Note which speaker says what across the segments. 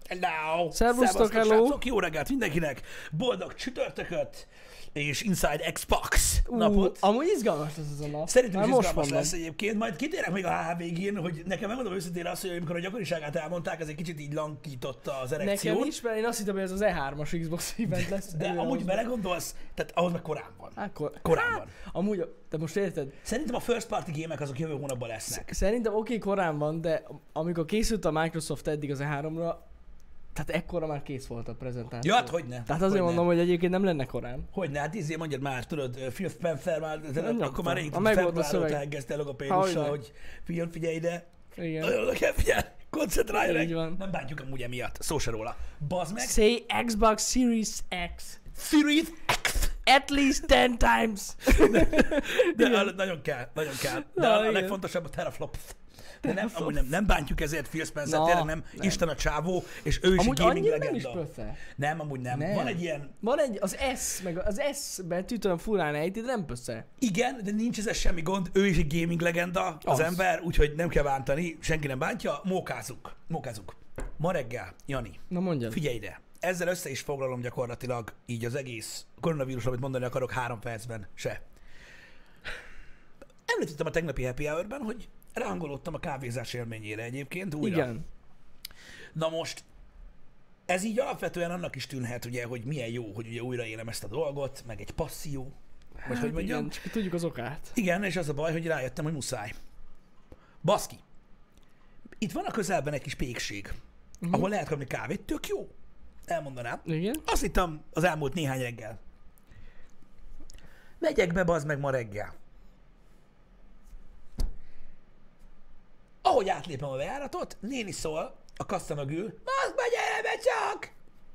Speaker 1: Hello!
Speaker 2: Szervusztok, hello!
Speaker 1: Srácok, jó reggelt mindenkinek! Boldog csütörtököt és Inside Xbox napot.
Speaker 2: Amúgy izgalmas ez a nap.
Speaker 1: Szerintem is
Speaker 2: Már most
Speaker 1: izgalmas
Speaker 2: mondom.
Speaker 1: lesz egyébként. Majd kitérek még a HH végén, hogy nekem megmondom őszintén azt, hogy amikor a gyakoriságát elmondták, ez egy kicsit így lankította az erekciót.
Speaker 2: Nekem is, mert én azt hittem, hogy ez az E3-as Xbox event lesz.
Speaker 1: De amúgy belegondolsz, tehát ahhoz meg korán van. Korán van.
Speaker 2: Amúgy, de most érted?
Speaker 1: Szerintem a first party gémek azok jövő hónapban lesznek.
Speaker 2: Szerintem oké, korán van, de amikor készült a Microsoft eddig az E3-ra, tehát ekkora már kész volt a prezentáció.
Speaker 1: Ja, hát hogyne.
Speaker 2: Tehát azért mondom, hogy egyébként nem lenne korán.
Speaker 1: Hogyne, hát mondjad már, tudod, Phil Spencer már, akkor már rég
Speaker 2: megvolt a
Speaker 1: februárot
Speaker 2: szöveg.
Speaker 1: elkezdte logopédussal, hogy figyelj ide,
Speaker 2: Igen.
Speaker 1: nagyon oda kell figyelni, koncentrálj
Speaker 2: Így van.
Speaker 1: Nem bántjuk amúgy emiatt, szó se róla. Bazd meg,
Speaker 2: Say Xbox Series X.
Speaker 1: Series X.
Speaker 2: At least 10 times.
Speaker 1: De nagyon kell. De
Speaker 2: Na,
Speaker 1: a
Speaker 2: igen.
Speaker 1: legfontosabb a teraflops. De nem, amúgy nem bántjuk ezért Phil Spencer,
Speaker 2: Na,
Speaker 1: tényleg nem. Isten a csávó, és ő is
Speaker 2: Amúgy
Speaker 1: egy gaming
Speaker 2: annyira nem is
Speaker 1: legenda.
Speaker 2: pöfe.
Speaker 1: Nem, amúgy nem. Van egy ilyen,
Speaker 2: Van egy, az S, meg az S betűt olyan furán ejti, de nem pösze.
Speaker 1: igen, de nincs ezzel semmi gond, ő is egy gaming legenda, az
Speaker 2: Az.
Speaker 1: ember, úgyhogy nem kell bántani, senki nem bántja, mókázunk. Ma reggel, Jani,
Speaker 2: Na mondjad.
Speaker 1: figyelj ide, ezzel össze is foglalom gyakorlatilag így az egész koronavírus, amit mondani akarok 3 percben se. Említettem a tegnapi happy hour-ben, hogy ráhangolódtam a kávézás élményére egyébként újra.
Speaker 2: Igen.
Speaker 1: Na most, ez így alapvetően annak is tűnhet, ugye, hogy milyen jó, hogy ugye újraélem ezt a dolgot, meg egy passzió, vagy hogy mondjam.
Speaker 2: Igen, csak tudjuk az okát.
Speaker 1: Igen, és az a baj, hogy rájöttem, hogy muszáj. Baszki. Itt van a közelben egy kis pékség, ahol lehet kapni kávét, tök jó. Elmondanám.
Speaker 2: Igen.
Speaker 1: Azt hittem az elmúlt néhány reggel. Megyek be, bazd meg ma reggel. Ahogy átlépem a bejáratot, néni szól, a kassa mögül, bazd meg, gyere be csak!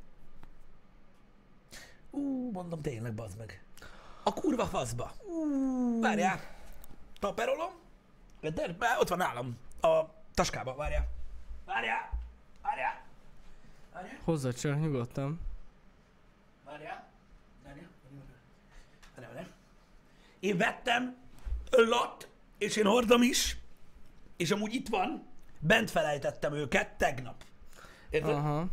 Speaker 1: Mondom tényleg, bazd meg. A kurva faszba. Várjál. Taperolom. De ott van nálam. A taskába, várjál. Várjál.
Speaker 2: Hozzá csak nyugodtan.
Speaker 1: Várjál. Én vettem öllott, és én hordom is, és amúgy itt van, bent felejtettem őket tegnap. Érted?
Speaker 2: Aha.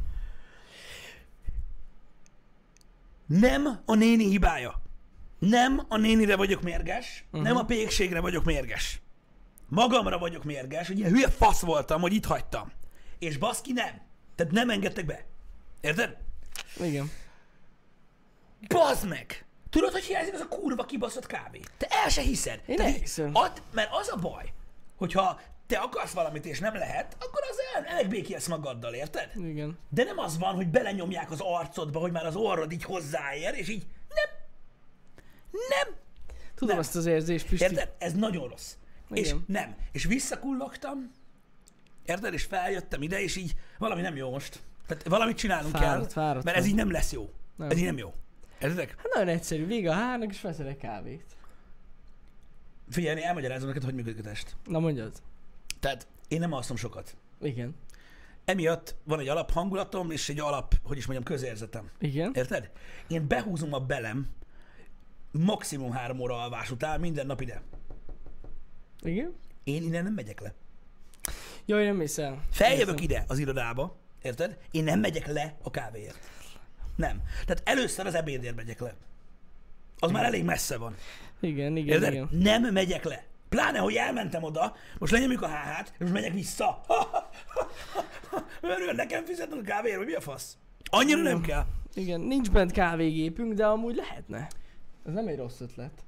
Speaker 1: Nem a néni hibája. Nem a nénire vagyok mérges, nem a pékségre vagyok mérges. Magamra vagyok mérges, ugye hülye fasz voltam, hogy itt hagytam. És baszki nem. Tehát nem engedtek be. Érted?
Speaker 2: Igen.
Speaker 1: Bazd meg! Tudod, hogy hiányzik az a kurva kibaszott kávé? Te el se hiszed.
Speaker 2: Én
Speaker 1: Tehát így
Speaker 2: elhiszem.
Speaker 1: mert az a baj, hogyha te akarsz valamit és nem lehet, akkor az megbékélsz magaddal, érted?
Speaker 2: Igen.
Speaker 1: De nem az van, hogy belenyomják az arcodba, hogy már az orrod így hozzáér, és így nem.
Speaker 2: Tudom
Speaker 1: Nem.
Speaker 2: azt az érzést, Pisti.
Speaker 1: Érted? Ez nagyon rossz. És
Speaker 2: Igen.
Speaker 1: nem. És visszakullogtam, érted? És feljöttem ide, és így valami nem jó most. Tehát valamit csinálnunk kell,
Speaker 2: Fáradt
Speaker 1: mert ez
Speaker 2: vagy.
Speaker 1: így nem lesz jó.
Speaker 2: Nem.
Speaker 1: Ez így nem jó. Értedek?
Speaker 2: Hát nagyon egyszerű. Vége a hárnak, és veszel egy kávét.
Speaker 1: Figyelj, elmagyarázom neked, hogy működik a test.
Speaker 2: Na mondjad.
Speaker 1: Tehát én nem alszom sokat.
Speaker 2: Igen.
Speaker 1: Emiatt van egy alaphangulatom, és egy alap, hogy is mondjam, közérzetem.
Speaker 2: Igen.
Speaker 1: Érted? Én behúzom a belem maximum 3 óra alvás után minden nap ide.
Speaker 2: Igen.
Speaker 1: Én innen nem megyek le.
Speaker 2: Jaj, nem hiszel.
Speaker 1: Feljövök ide az irodába, érted? Én nem megyek le a kávéért. Nem. Tehát először az ebédért megyek le. Az már elég messze van.
Speaker 2: Igen, igen,
Speaker 1: Érted?
Speaker 2: igen.
Speaker 1: Nem megyek le. Pláne, hogy elmentem oda, most lenyomjuk a HH-t, és most megyek vissza. Örül, nekem fizetnek a kávéért, vagy mi a fasz? Annyira nem kell.
Speaker 2: Igen, nincs bent kávégépünk, de amúgy lehetne. Ez nem egy rossz ötlet.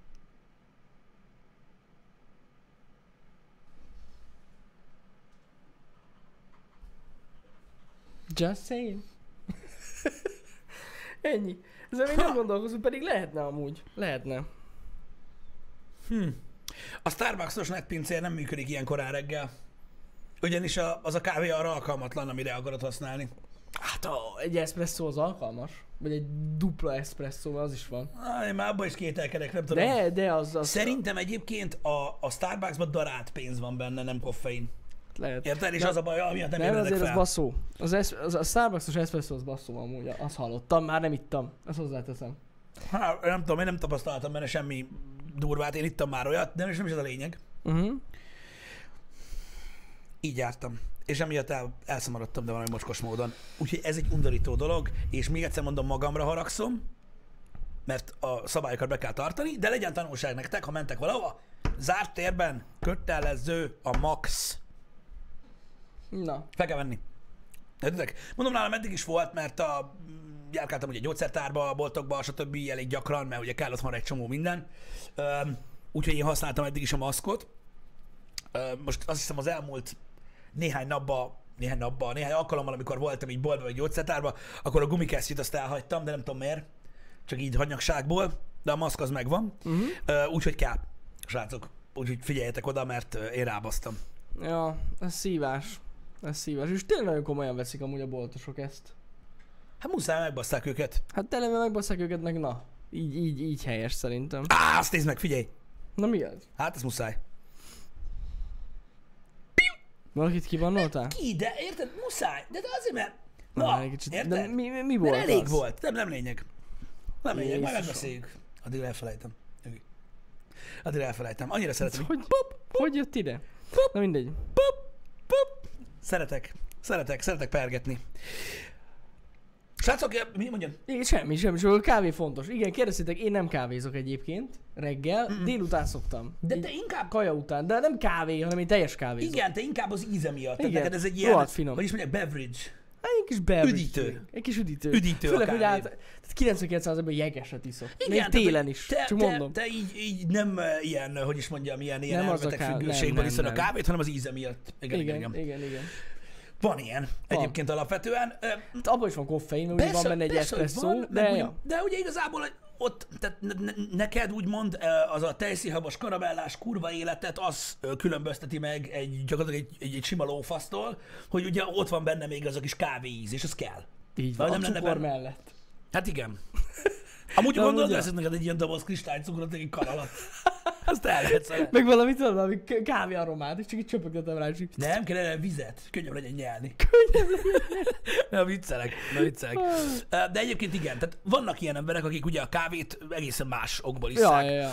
Speaker 2: Just saying. Ennyi. Ezzel még nem gondolkozunk, pedig lehetne amúgy. Lehetne.
Speaker 1: A Starbucks-os netpincér nem működik ilyen korán reggel. Ugyanis az a kávé arra alkalmatlan, amire akarod használni.
Speaker 2: Hát egy espresszó az alkalmas. Vagy egy dupla espresszó, az is van.
Speaker 1: Én már abban is kételkedek, nem tudom.
Speaker 2: De az
Speaker 1: Szerintem egyébként a Starbucksban darált pénz van benne, nem koffein.
Speaker 2: lehet.
Speaker 1: Érted? És
Speaker 2: De-
Speaker 1: az a baj, amiatt nem
Speaker 2: Nem,
Speaker 1: ébredek
Speaker 2: azért
Speaker 1: fel.
Speaker 2: az basszó. A Starbucks-os espresszó az basszó amúgy. Azt hallottam, már nem ittam. Ezt hozzáteszem.
Speaker 1: Hát, nem tudom, én nem tapasztaltam benne semmi durvát, én ittam már olyat, de nem is ez a lényeg.
Speaker 2: Uh-huh.
Speaker 1: így jártam. És emiatt elszamaradtam, de valami mocskos módon. Úgyhogy ez egy undorító dolog, és még egyszer mondom, magamra haragszom, mert a szabályokat be kell tartani, de legyen tanulság nektek, ha mentek valahova, zárt térben kötelező a max.
Speaker 2: Na.
Speaker 1: Fel kell venni. Értitek? Mondom, nálam eddig is volt, mert járkáltam ugye gyógyszertárba, boltokba, stb. Elég gyakran, mert ugye kell otthonra egy csomó minden. Úgyhogy én használtam eddig is a maszkot. Most azt hiszem az elmúlt néhány alkalommal, amikor voltam így boltban vagy gyógyszertárba, akkor a gumikesztyűt azt elhagytam, de nem tudom miért. Csak így hanyagságból, de a maszk az megvan. Úgyhogy kell, srácok. Úgyhogy figyeljetek oda, mert én rábasztam.
Speaker 2: Ja, ez szívás. Ez szívás. És tényleg nagyon komolyan veszik amúgy a boltosok ezt.
Speaker 1: Hát muszáj megbasszák őket.
Speaker 2: Hát tényleg megbasszák őket, meg na. Így helyes szerintem.
Speaker 1: Azt nézd meg, figyelj!
Speaker 2: Na mi az?
Speaker 1: Hát ez muszáj.
Speaker 2: Valakit kibannoltál?
Speaker 1: Ki, de érted? Muszáj. De azért, mert...
Speaker 2: Na, egy kicsit.
Speaker 1: Érted?
Speaker 2: De mi volt
Speaker 1: Mert elég
Speaker 2: az?
Speaker 1: volt. Nem lényeg. Nem lényeg, majd
Speaker 2: Jézusom.
Speaker 1: megbeszéljük. Addig elfelejtem. Annyira szeretem.
Speaker 2: Hogy jött ide? Na mindegy.
Speaker 1: Szeretek pergetni. Srácok, mi mondjam?
Speaker 2: Igen, semmi. Csak a kávé fontos. Igen, kérdeztétek, én nem kávézok egyébként reggel, délután szoktam.
Speaker 1: De
Speaker 2: Így
Speaker 1: te inkább...
Speaker 2: kaja után, de nem kávé, hanem én teljes kávézok.
Speaker 1: Igen, te inkább az íze miatt. Tehát
Speaker 2: Igen,
Speaker 1: neked ez egy ilyen...
Speaker 2: rohadt finom.
Speaker 1: Vagyis mondják, beverage.
Speaker 2: Hát egy kis beverage.
Speaker 1: Üdítő.
Speaker 2: Egy kis üdítő.
Speaker 1: Üdítő a
Speaker 2: Főleg, hogy
Speaker 1: kávé.
Speaker 2: 99%-ban jegeset iszok.
Speaker 1: Igen,
Speaker 2: Még
Speaker 1: tehát,
Speaker 2: télen
Speaker 1: hogy
Speaker 2: is. Csak mondom.
Speaker 1: Te így nem ilyen, hogy is mondjam, ilyen
Speaker 2: Nem az a
Speaker 1: elmetek
Speaker 2: ká-
Speaker 1: függőségből
Speaker 2: nem,
Speaker 1: iszod a
Speaker 2: nem.
Speaker 1: kávét, hanem az íze miatt. Igen.
Speaker 2: Igen.
Speaker 1: Van ilyen egyébként alapvetően.
Speaker 2: Hát abban is van koffein, mert ugye van benne egy
Speaker 1: hogy
Speaker 2: eszpresszó,
Speaker 1: van,
Speaker 2: de
Speaker 1: meg
Speaker 2: ja.
Speaker 1: de ugye igazából ott, tehát neked úgymond az a tejszínhabos karamellás kurva életet az különbözteti meg gyakorlatilag egy sima lófasztól, hogy ugye ott van benne még az a kis kávéíz, és az kell.
Speaker 2: Így
Speaker 1: Vagy
Speaker 2: van,
Speaker 1: nem
Speaker 2: a
Speaker 1: lenne
Speaker 2: cukor
Speaker 1: benne?
Speaker 2: mellett.
Speaker 1: Hát igen. Amúgy
Speaker 2: De
Speaker 1: gondolod,
Speaker 2: amúgy
Speaker 1: lesz neked egy ilyen doboz kristálycukrot, egy kar alatt. Azt el lehet szeretni.
Speaker 2: Meg valamit tudod, valami kávé aromát, és csak így csöpögtetem rá, és így...
Speaker 1: Nem, kellene vizet, könnyebb legyen nyelni. Na viccelek. De egyébként igen, tehát vannak ilyen emberek, akik ugye a kávét egészen más okból isszák.
Speaker 2: Ja.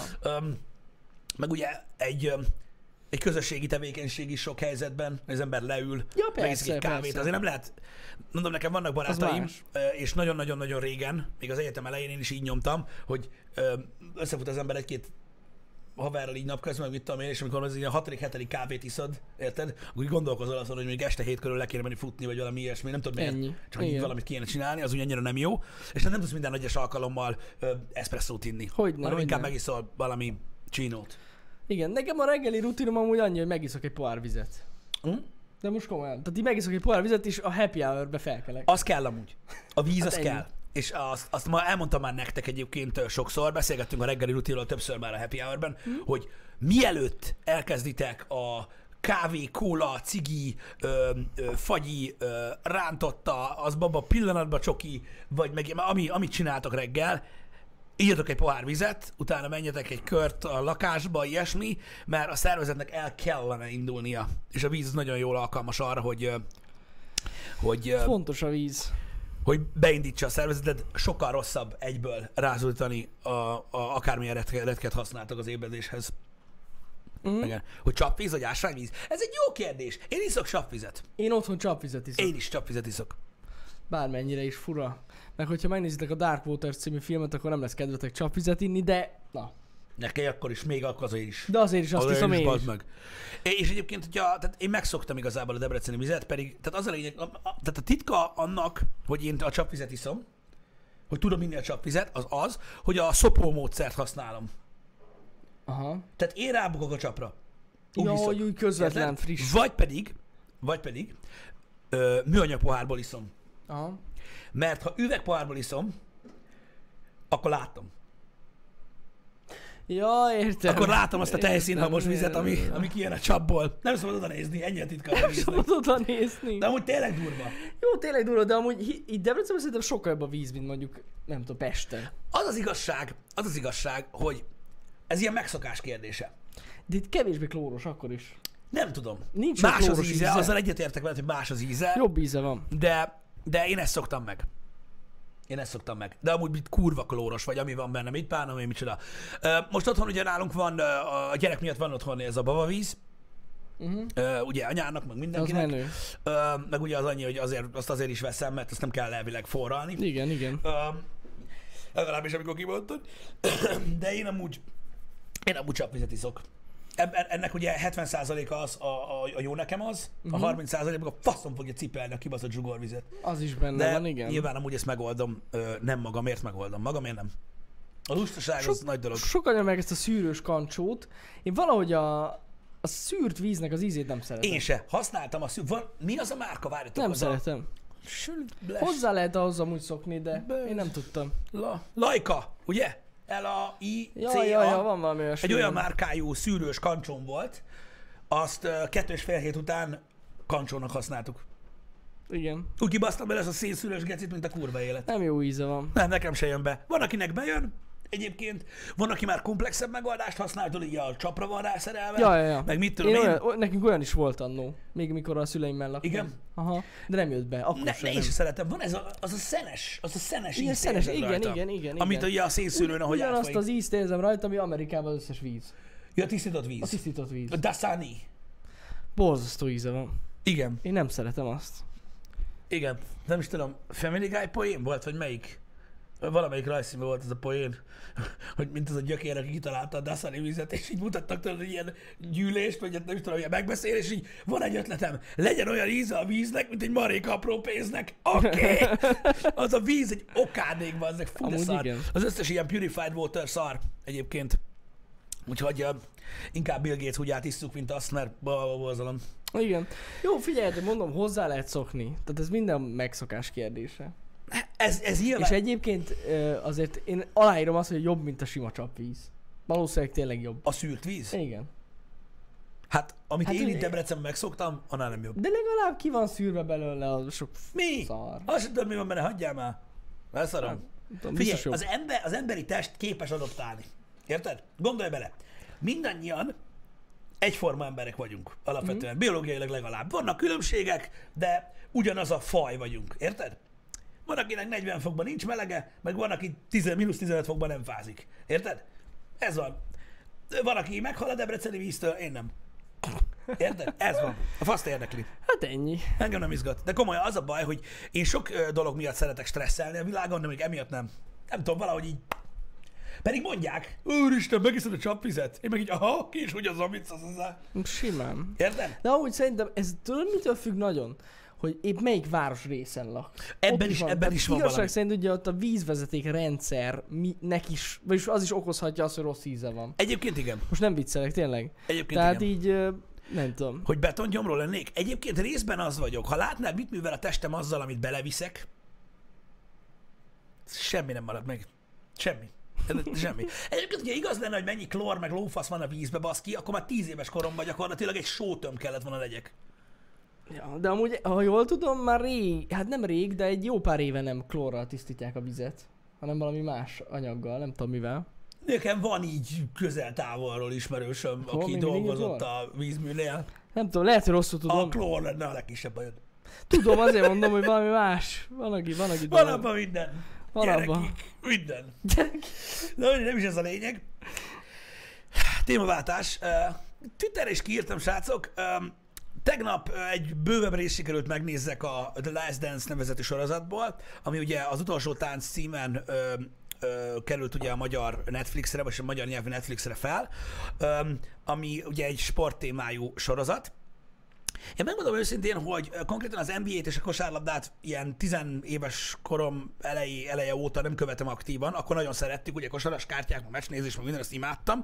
Speaker 1: Meg ugye egy közösségi tevékenység is sok helyzetben, az ember leül,
Speaker 2: Ja,
Speaker 1: megiszik egy
Speaker 2: persze,
Speaker 1: kávét.
Speaker 2: persze.
Speaker 1: Azért nem lehet, mondom, nekem vannak barátaim,
Speaker 2: más.
Speaker 1: és nagyon-nagyon-nagyon régen, még az egyetem elején én is így nyomtam, hogy összefut az ember egy-két haverral így napközben, meg mit tudom én, és amikor az ilyen 6.-7. kávét iszod, érted? Akkor így gondolkozol azon, hogy még este 7 körül le kéne menni futni, vagy valami ilyesmi, nem tudom miért,
Speaker 2: Ennyi.
Speaker 1: csak így
Speaker 2: Igen.
Speaker 1: valamit kéne csinálni, az úgy annyira nem jó, és nem tudsz minden egyes alkalommal eszpresszót inni,
Speaker 2: Hogyne,
Speaker 1: hanem inkább
Speaker 2: hogyne.
Speaker 1: megiszol valami csinót.
Speaker 2: Igen, nekem a reggeli rutinom amúgy annyi, hogy megiszok egy pohár vizet. De most komolyan. Tehát így megiszok egy pohár vizet, és a happy hour-be felkelek.
Speaker 1: Az kell amúgy. A víz az
Speaker 2: ennyi.
Speaker 1: kell. És azt ma elmondtam már nektek egyébként sokszor, beszélgettünk a reggeli rutinról többször már a happy hour-ben, hogy mielőtt elkezditek a kávé, kóla, cigi, fagyi, rántotta, az baba pillanatba csoki, vagy meg amit csináltok reggel, írjatok egy pohár vizet, utána menjetek egy kört a lakásba, ilyesmi, mert a szervezetnek el kellene indulnia. És a víz az nagyon jól alkalmas arra, hogy
Speaker 2: Fontos a víz.
Speaker 1: hogy beindítsa a szervezeted, sokkal rosszabb egyből rázultani akármilyen retket használtak az ébredéshez. Igen. Hogy csapvíz vagy ásványvíz? Ez egy jó kérdés. Én iszok csapvizet.
Speaker 2: Én otthon csapvizet iszok.
Speaker 1: Én is csapvizet iszok.
Speaker 2: Bármennyire is fura. Meg hogyha megnézitek a Dark Waters című filmet, akkor nem lesz kedvetek csapvizet inni, de na.
Speaker 1: Neki akkor is, még akkor azért is.
Speaker 2: De azért is azt
Speaker 1: Azért
Speaker 2: hiszem én
Speaker 1: bazd
Speaker 2: is.
Speaker 1: meg. És egyébként, tehát én megszoktam igazából a debreceni vizet, pedig tehát az a lényeg, tehát a titka annak, hogy én a csapvizet iszom, hogy tudom inni a csapvizet, az, hogy a szopó módszert használom.
Speaker 2: Aha.
Speaker 1: Tehát én rábukok a csapra.
Speaker 2: Ja,
Speaker 1: iszok.
Speaker 2: hogy úgy közvetlen,
Speaker 1: Érted?
Speaker 2: friss.
Speaker 1: Vagy pedig műanyag pohárból iszom.
Speaker 2: Aha.
Speaker 1: Mert ha üvegpohárból iszom, akkor látom.
Speaker 2: Ja, értem.
Speaker 1: Akkor látom azt a tejszínhabos
Speaker 2: Értem.
Speaker 1: vizet, ami kijön a csapból. Nem szabad oda nézni, ennyi a titka.
Speaker 2: Nem szabad oda nézni.
Speaker 1: De amúgy tényleg durva.
Speaker 2: Jó, tényleg durva, de amúgy itt Debrecenben szerintem sokkal jobb a víz, mint mondjuk, nem tudom, Pesten.
Speaker 1: Az az igazság, hogy ez ilyen megszokás kérdése.
Speaker 2: De itt kevésbé klóros akkor is.
Speaker 1: Nem tudom.
Speaker 2: Nincs
Speaker 1: más az
Speaker 2: klóros
Speaker 1: íze,
Speaker 2: íze.
Speaker 1: azzal egyetértek veled, hogy más az íze,
Speaker 2: Jobb íze van.
Speaker 1: de én ezt szoktam meg. De amúgy mit kurva klóros vagy, ami van benne, mit bánom, én micsoda. Most otthon ugye nálunk van, a gyerek miatt van otthon ez a babavíz, ugye anyának, meg
Speaker 2: Az
Speaker 1: mindenkinek.
Speaker 2: menő.
Speaker 1: Meg ugye az annyi, hogy azt azért is veszem, mert azt nem kell elvileg forralni.
Speaker 2: Igen.
Speaker 1: Legalábbis amikor kimondtad. De én amúgy csapvizet iszok. Ennek ugye 70%-a az, a jó nekem az, a 30%-ban a faszom fogja cipelni a kibaszott zsugorvizet.
Speaker 2: Az is benne
Speaker 1: De
Speaker 2: van, igen.
Speaker 1: nyilván amúgy ezt megoldom, nem magamért megoldom. Magamért nem. A lustaság az nagy dolog.
Speaker 2: Sokan meg ezt a szűrős kancsót. Én valahogy a szűrt víznek az ízét nem szeretem.
Speaker 1: Én se. Használtam a mi az a márka? Várjatok,
Speaker 2: Nem szeretem. Hozzá lehet ahhoz amúgy szokni, de én nem tudtam.
Speaker 1: Lajka, ugye? L-A-I-C-A.
Speaker 2: Ja, van valami olyasmi.
Speaker 1: Egy olyan márkájú szűrős kancsom volt, azt 2,5 hét után kancsónak használtuk.
Speaker 2: Igen.
Speaker 1: Úgy kibasztam bele ez a szénszűrős gecit, mint a kurva élet.
Speaker 2: Nem jó íze van.
Speaker 1: Nem, nekem se jön be. Van, akinek bejön, egyébként. Van, aki már komplexebb megoldást használ, tudod, így a csapra van rászerelve.
Speaker 2: Ja.
Speaker 1: Meg mit tudom én.
Speaker 2: Nekünk olyan is volt annó, még mikor a szüleimmel laktam.
Speaker 1: Igen?
Speaker 2: Aha, de nem jött be. Akkor
Speaker 1: Ne,
Speaker 2: sem.
Speaker 1: én is szeretem. Van ez az a szenes
Speaker 2: Igen,
Speaker 1: ízt
Speaker 2: szenes,
Speaker 1: érzed rajta.
Speaker 2: igen.
Speaker 1: Amit ugye a szénszűrőn, ahogy
Speaker 2: Ugyanazt
Speaker 1: átfolyik.
Speaker 2: az ízt érzem rajta, ami Amerikában az összes víz.
Speaker 1: Ja, tisztított víz.
Speaker 2: A tisztított víz.
Speaker 1: A Dasani.
Speaker 2: Borzasztó íze van.
Speaker 1: Igen.
Speaker 2: Én nem szeretem azt.
Speaker 1: Igen. Nem is tudom, Family Guy poén volt, vagy melyik? Valamelyik rajzszínben volt ez a poén, hogy mint az a gyökér, aki kitalálta a Dasani vizet, és így mutattak tőle ilyen gyűlést, vagy nem is tudom, ilyen megbeszélés, és így van egy ötletem, legyen olyan íze a víznek, mint egy marék apró pénznek. Oké! Az a víz egy okádékban, ezek fú de
Speaker 2: Amúgy
Speaker 1: szar.
Speaker 2: igen.
Speaker 1: Az összes ilyen purified water szar egyébként. Úgyhogy inkább Bill Gates húgyát isszuk, mint azt, mert borzalom.
Speaker 2: Igen. Jó, figyeljetek, mondom, hozzá lehet szokni. Tehát ez minden megszokás kérdése.
Speaker 1: Ez nyilván...
Speaker 2: És egyébként azért én aláírom azt, hogy jobb, mint a sima csapvíz. Valószínűleg tényleg jobb.
Speaker 1: A szűrt víz?
Speaker 2: Igen.
Speaker 1: Hát, amit
Speaker 2: Hát
Speaker 1: én
Speaker 2: ugye-
Speaker 1: itt Debrecenben megszoktam, annál nem jobb.
Speaker 2: De legalább ki van szűrve belőle a sok
Speaker 1: Mi?
Speaker 2: szar.
Speaker 1: Azt sem tudom, mi van benne, hagyjál már. Leszarom.
Speaker 2: Nem tudom,
Speaker 1: Figyelj,
Speaker 2: biztos jobb.
Speaker 1: az emberi test képes adoptálni. Érted? Gondolj bele. Mindannyian egyforma emberek vagyunk alapvetően. Biológiailag legalább. Vannak különbségek, de ugyanaz a faj vagyunk. Érted? Van, akinek 40 fokban nincs melege, meg van, aki mínusz 15 fokban nem fázik. Érted? Ez van. Van, aki meghal a debreceni víztől, én nem. Érted? Ez van. A faszt érdekli.
Speaker 2: Hát ennyi.
Speaker 1: Engem nem izgat. De komolyan az a baj, hogy én sok dolog miatt szeretek stresszelni a világon, de még emiatt nem. Nem tudom, valahogy így. Pedig mondják, úristen, megiszod a csapvizet. Én meg így, aha, ki is úgy az, amit hozzá.
Speaker 2: Simán.
Speaker 1: Érted?
Speaker 2: De amúgy szerintem ez tudod mitől függ nagyon? Hogy épp melyik város részen laksz.
Speaker 1: Ebben
Speaker 2: Ott
Speaker 1: is-
Speaker 2: van.
Speaker 1: ebben
Speaker 2: Tehát
Speaker 1: is van
Speaker 2: igazság
Speaker 1: valami.
Speaker 2: szerint ugye ott a vízvezeték rendszer is, vagyis az is okozhatja azt, hogy rossz íze van.
Speaker 1: Egyébként igen.
Speaker 2: Most nem viccelek, tényleg.
Speaker 1: Egyébként
Speaker 2: Tehát
Speaker 1: igen.
Speaker 2: így, nem tudom.
Speaker 1: Hogy betongyomról lennék. Egyébként részben az vagyok. Ha látnád, mit művel a testem azzal, amit beleviszek, semmi nem marad meg. Semmi. Semmi. Egyébként, ugye igaz lenne, hogy mennyi klór meg lófasz van a vízbe, baszki, akkor már 10 éves koromban gyakorlatilag egy sótöm kellett volna legyek.
Speaker 2: Ja, de amúgy, ha jól tudom, már rég, hát nem rég, de egy jó pár éve nem klórral tisztítják a vizet, hanem valami más anyaggal, nem tudom mivel.
Speaker 1: Nekem van így közel-távolról ismerősöm,
Speaker 2: Hol?
Speaker 1: aki
Speaker 2: Még mindig
Speaker 1: dolgozott
Speaker 2: klór?
Speaker 1: a vízműnél.
Speaker 2: Nem tudom, lehet, hogy rosszul
Speaker 1: A
Speaker 2: tudom.
Speaker 1: klór lenne a legkisebb bajod.
Speaker 2: Tudom, azért mondom, hogy valami más. Van, aki
Speaker 1: Van
Speaker 2: dolog.
Speaker 1: abban minden.
Speaker 2: Van abban.
Speaker 1: Gyerekik, minden.
Speaker 2: Gyerek.
Speaker 1: De nem is ez a lényeg. Témaváltás. Twitterre is kiírtam, srácok. Tegnap egy bővebb részt sikerült megnézzek a The Last Dance nevezetű sorozatból, ami ugye az utolsó tánc címen került ugye a magyar Netflixre, vagy a magyar nyelvű Netflixre fel, ami ugye egy sporttémájú sorozat. Én megmondom őszintén, hogy konkrétan az NBA-t és a kosárlabdát ilyen 10 éves korom eleje óta nem követem aktívan, akkor nagyon szerettük, ugye kosaras kártyák, meg meccsnézés, meg minden, ezt imádtam.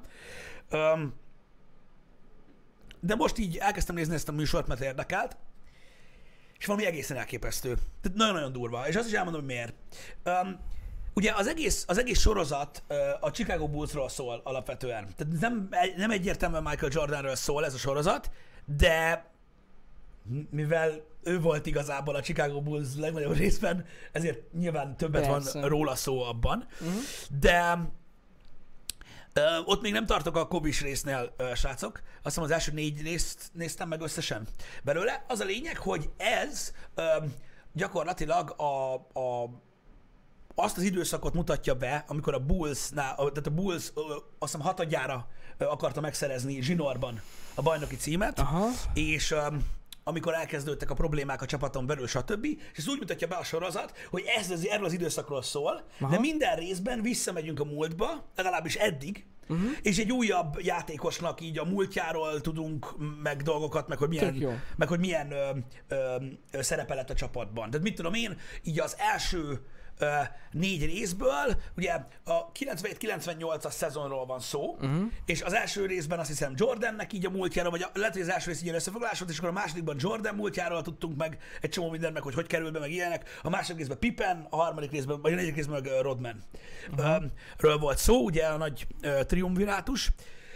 Speaker 1: De most így elkezdtem nézni ezt a műsort, mert érdekelt, és valami egészen elképesztő. Tehát nagyon-nagyon durva, és azt is elmondom, hogy miért. Ugye az egész sorozat a Chicago Bullsról szól alapvetően. Tehát nem egyértelműen Michael Jordanről szól ez a sorozat, de mivel ő volt igazából a Chicago Bulls legnagyobb részben, ezért nyilván többet
Speaker 2: Persze.
Speaker 1: van róla szó abban. De ott még nem tartok a Kobe-s résznél, srácok. Azt hiszem az első 4 részt néztem meg összesen belőle. Az a lényeg, hogy ez gyakorlatilag azt az időszakot mutatja be, amikor a Bullsnál, tehát a Bulls azt hiszem hatodjára akarta megszerezni zsinórban a bajnoki címet,
Speaker 2: Aha.
Speaker 1: és amikor elkezdődtek a problémák a csapaton belül, stb. És ez úgy mutatja be a sorozat, hogy erről az időszakról szól,
Speaker 2: Aha.
Speaker 1: de minden részben visszamegyünk a múltba, legalábbis eddig, és egy újabb játékosnak így a múltjáról tudunk meg dolgokat, meg hogy milyen szerepe lett a csapatban. Tehát mit tudom én, így az első 4 részből, ugye a 97-98-as szezonról van szó, és az első részben azt hiszem Jordannek így a múltjáról, vagy lehet, hogy az első rész így összefoglalás volt, és akkor a másodikban Jordan múltjáról tudtunk meg egy csomó mindent, meg hogy kerül be, meg ilyenek. A második részben Pippen, a harmadik részben, vagy a negyedik részben meg Rodman ről volt szó, ugye a nagy triumvirátus.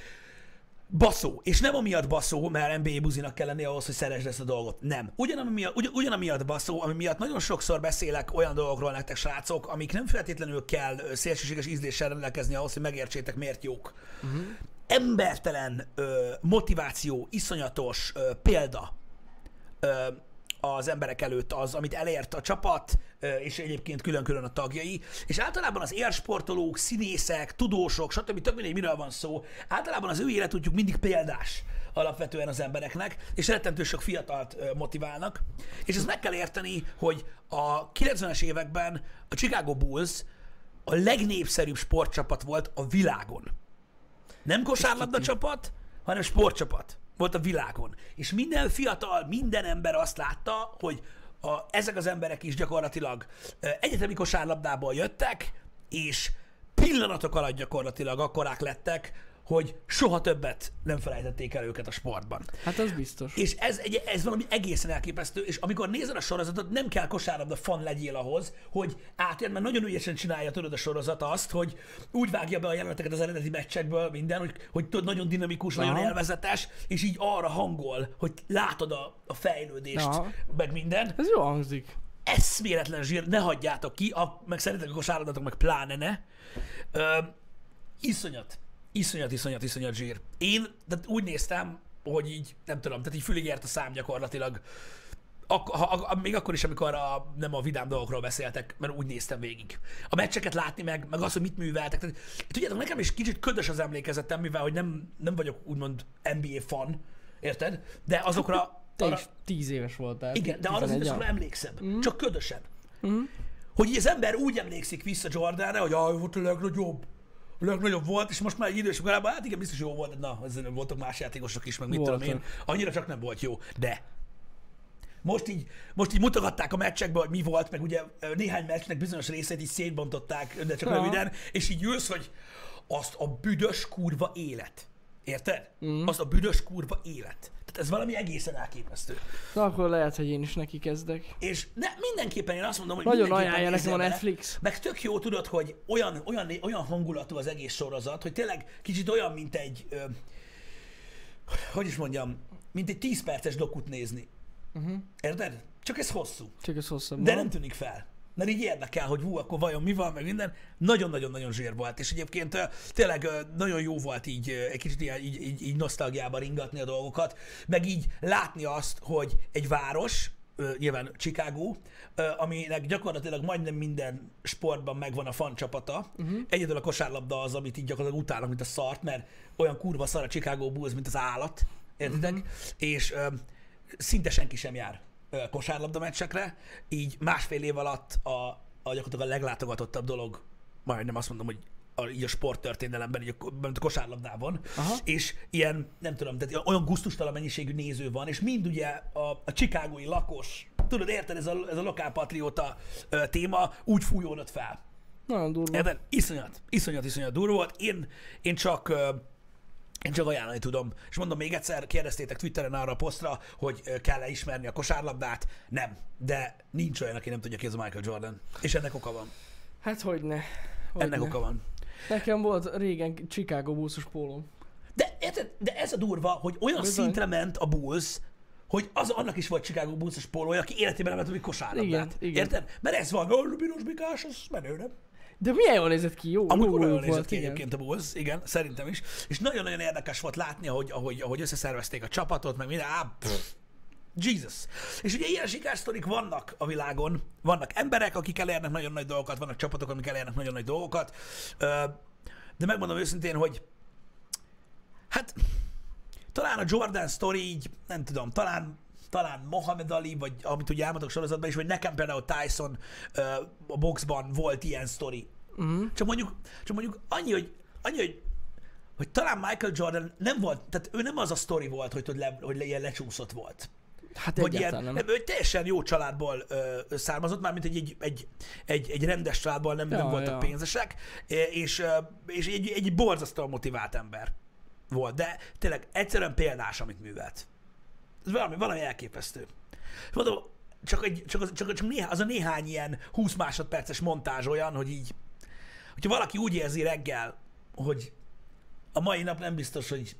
Speaker 1: Baszó. És nem amiatt baszó, mert NBA buzinak kell lenni ahhoz, hogy szeresd ezt a dolgot. Nem. Ugyanamiatt baszó, ami miatt nagyon sokszor beszélek olyan dolgokról nektek, srácok, amik nem feltétlenül kell szélsőséges ízléssel rendelkezni ahhoz, hogy megértsétek, miért jók. Embertelen motiváció, iszonyatos példa az emberek előtt az, amit elért a csapat, és egyébként külön-külön a tagjai, és általában az élsportolók, színészek, tudósok, stb. Tök mindegy, miről van szó, általában az ő életútjuk mindig példás alapvetően az embereknek, és rettentő sok fiatalt motiválnak, és ezt meg kell érteni, hogy a 90-es években a Chicago Bulls a legnépszerűbb sportcsapat volt a világon. Nem kosárlabda csapat, hanem sportcsapat volt a világon. És minden fiatal, minden ember azt látta, hogy ezek az emberek is gyakorlatilag egyetemi kosárlabdából jöttek, és pillanatok alatt gyakorlatilag akkorák lettek, hogy soha többet nem felejtették el őket a sportban.
Speaker 2: Hát az biztos.
Speaker 1: És ez valami egészen elképesztő, és amikor nézed a sorozatot, nem kell kosárlabda fan legyél ahhoz, hogy átjön, mert nagyon ügyesen csinálja tudod a sorozat azt, hogy úgy vágja be a jeleneteket az eredeti meccsekből minden, hogy tudod, nagyon dinamikus, nagyon élvezetes, és így arra hangol, hogy látod a fejlődést, meg minden.
Speaker 2: Ez jó hangzik.
Speaker 1: Eszméletlen zsír, ne hagyjátok ki, meg szerintek a kosárlabdátok meg pláne ne. Iszonyat zsír. Én úgy néztem, hogy így, nem tudom, tehát így fülig ért a szám gyakorlatilag. Még akkor is, amikor nem a vidám dolgokról beszéltek, mert úgy néztem végig. A meccseket látni meg az, hogy mit műveltek. Tehát, tudjátok, nekem is kicsit ködös az emlékezetem, mivel hogy nem vagyok úgymond NBA fan, érted? De azokra...
Speaker 2: Te is 10 éves voltál.
Speaker 1: Igen, de arra az időszakra emlékszem. Csak ködösen. Hogy így az ember úgy emlékszik vissza Jordanre, hogy volt a legnagyobb volt, és most már egy idős korában, hát igen, biztos jó volt, de voltak más játékosok is, meg mit tudom én. Annyira csak nem volt jó, de most így mutogatták a meccsekben, hogy mi volt, meg ugye néhány meccsnek bizonyos részét így szétbontották, de csak röviden, és így ülsz, hogy azt a büdös kurva élet. Érted? Azt a büdös kurva élet. Tehát ez valami egészen elképesztő.
Speaker 2: Na akkor lehet, hogy én is neki kezdek.
Speaker 1: És mindenképpen én azt mondom, hogy
Speaker 2: nagyon ajánlja nekem a Netflix.
Speaker 1: Meg tök jó, tudod, hogy olyan hangulatú az egész sorozat, hogy tényleg kicsit olyan, mint egy, hogy is mondjam, mint egy 10 perces dokut nézni. Érted? Csak ez hosszú.
Speaker 2: Csak ez hosszabb.
Speaker 1: De nem tűnik fel. Mert így érdekel, hogy akkor vajon mi van, meg minden. Nagyon-nagyon-nagyon zsír volt. És egyébként tényleg nagyon jó volt így egy kicsit így nosztalgiába ringatni a dolgokat, meg így látni azt, hogy egy város, nyilván Chicago, aminek gyakorlatilag majdnem minden sportban megvan a fan csapata. Egyedül a kosárlabda az, amit így gyakorlatilag utálnak, mint a szart, mert olyan kurva szar a Chicago Bulls, mint az állat. Értitek? És szinte senki sem jár kosárlabda meccsekre, így másfél év alatt gyakorlatilag a leglátogatottabb dolog, majdnem azt mondom, hogy így a sporttörténelemben, így a kosárlabdában, és ilyen, nem tudom, tehát olyan gusztustalan mennyiségű néző van, és mind ugye a chicagói lakos, tudod, érted, ez a lokálpatrióta téma úgy fújódott fel.
Speaker 2: Nagyon durva.
Speaker 1: Érted? Iszonyat durva volt. Én csak ajánlani tudom. És mondom még egyszer, kérdeztétek Twitteren arra a posztra, hogy kell-e ismerni a kosárlabdát. Nem. De nincs olyan, aki nem tudja ki ez a Michael Jordan. És ennek oka van.
Speaker 2: Hát hogyne.
Speaker 1: Ennek oka van.
Speaker 2: Nekem volt régen Chicago Bulls-os pólóm.
Speaker 1: De érted? De ez a durva, hogy olyan szintre ment a Bulls, hogy annak is volt Chicago Bulls-os pólója, aki életében nem lehet, kosárlabdát. Igen. Érted? Mert ez van, a piros bikás, az menő, nem?
Speaker 2: De milyen jól nézett ki, jó?
Speaker 1: Amúgy nagyon jól nézett ki egyébként a Bulls, igen, szerintem is. És nagyon-nagyon érdekes volt látni, ahogy összeszervezték a csapatot, meg minden. Jesus. És ugye ilyen sikersztorik vannak a világon, vannak emberek, akik elérnek nagyon nagy dolgokat, vannak csapatok, akik elérnek nagyon nagy dolgokat, de megmondom őszintén, hogy hát talán a Jordan sztori így, nem tudom, talán Mohamed Ali, vagy amit ugye elmondok sorozatban is, vagy nekem például Tyson a boxban volt ilyen sztori. Csak mondjuk annyi, hogy talán Michael Jordan nem volt, tehát ő nem az a sztori volt, hogy ilyen lecsúszott volt.
Speaker 2: Hát
Speaker 1: Vagy
Speaker 2: egyáltalán nem.
Speaker 1: Ő teljesen jó családból származott, mármint egy rendes családból nem voltak pénzesek, és egy borzasztóan motivált ember volt. De tényleg egyszerűen példás, amit művelt. Ez valami elképesztő. Mondom, csak az a néhány ilyen 20 másodperces montázs olyan, hogy így, hogyha valaki úgy érzi reggel, hogy a mai nap nem biztos, hogy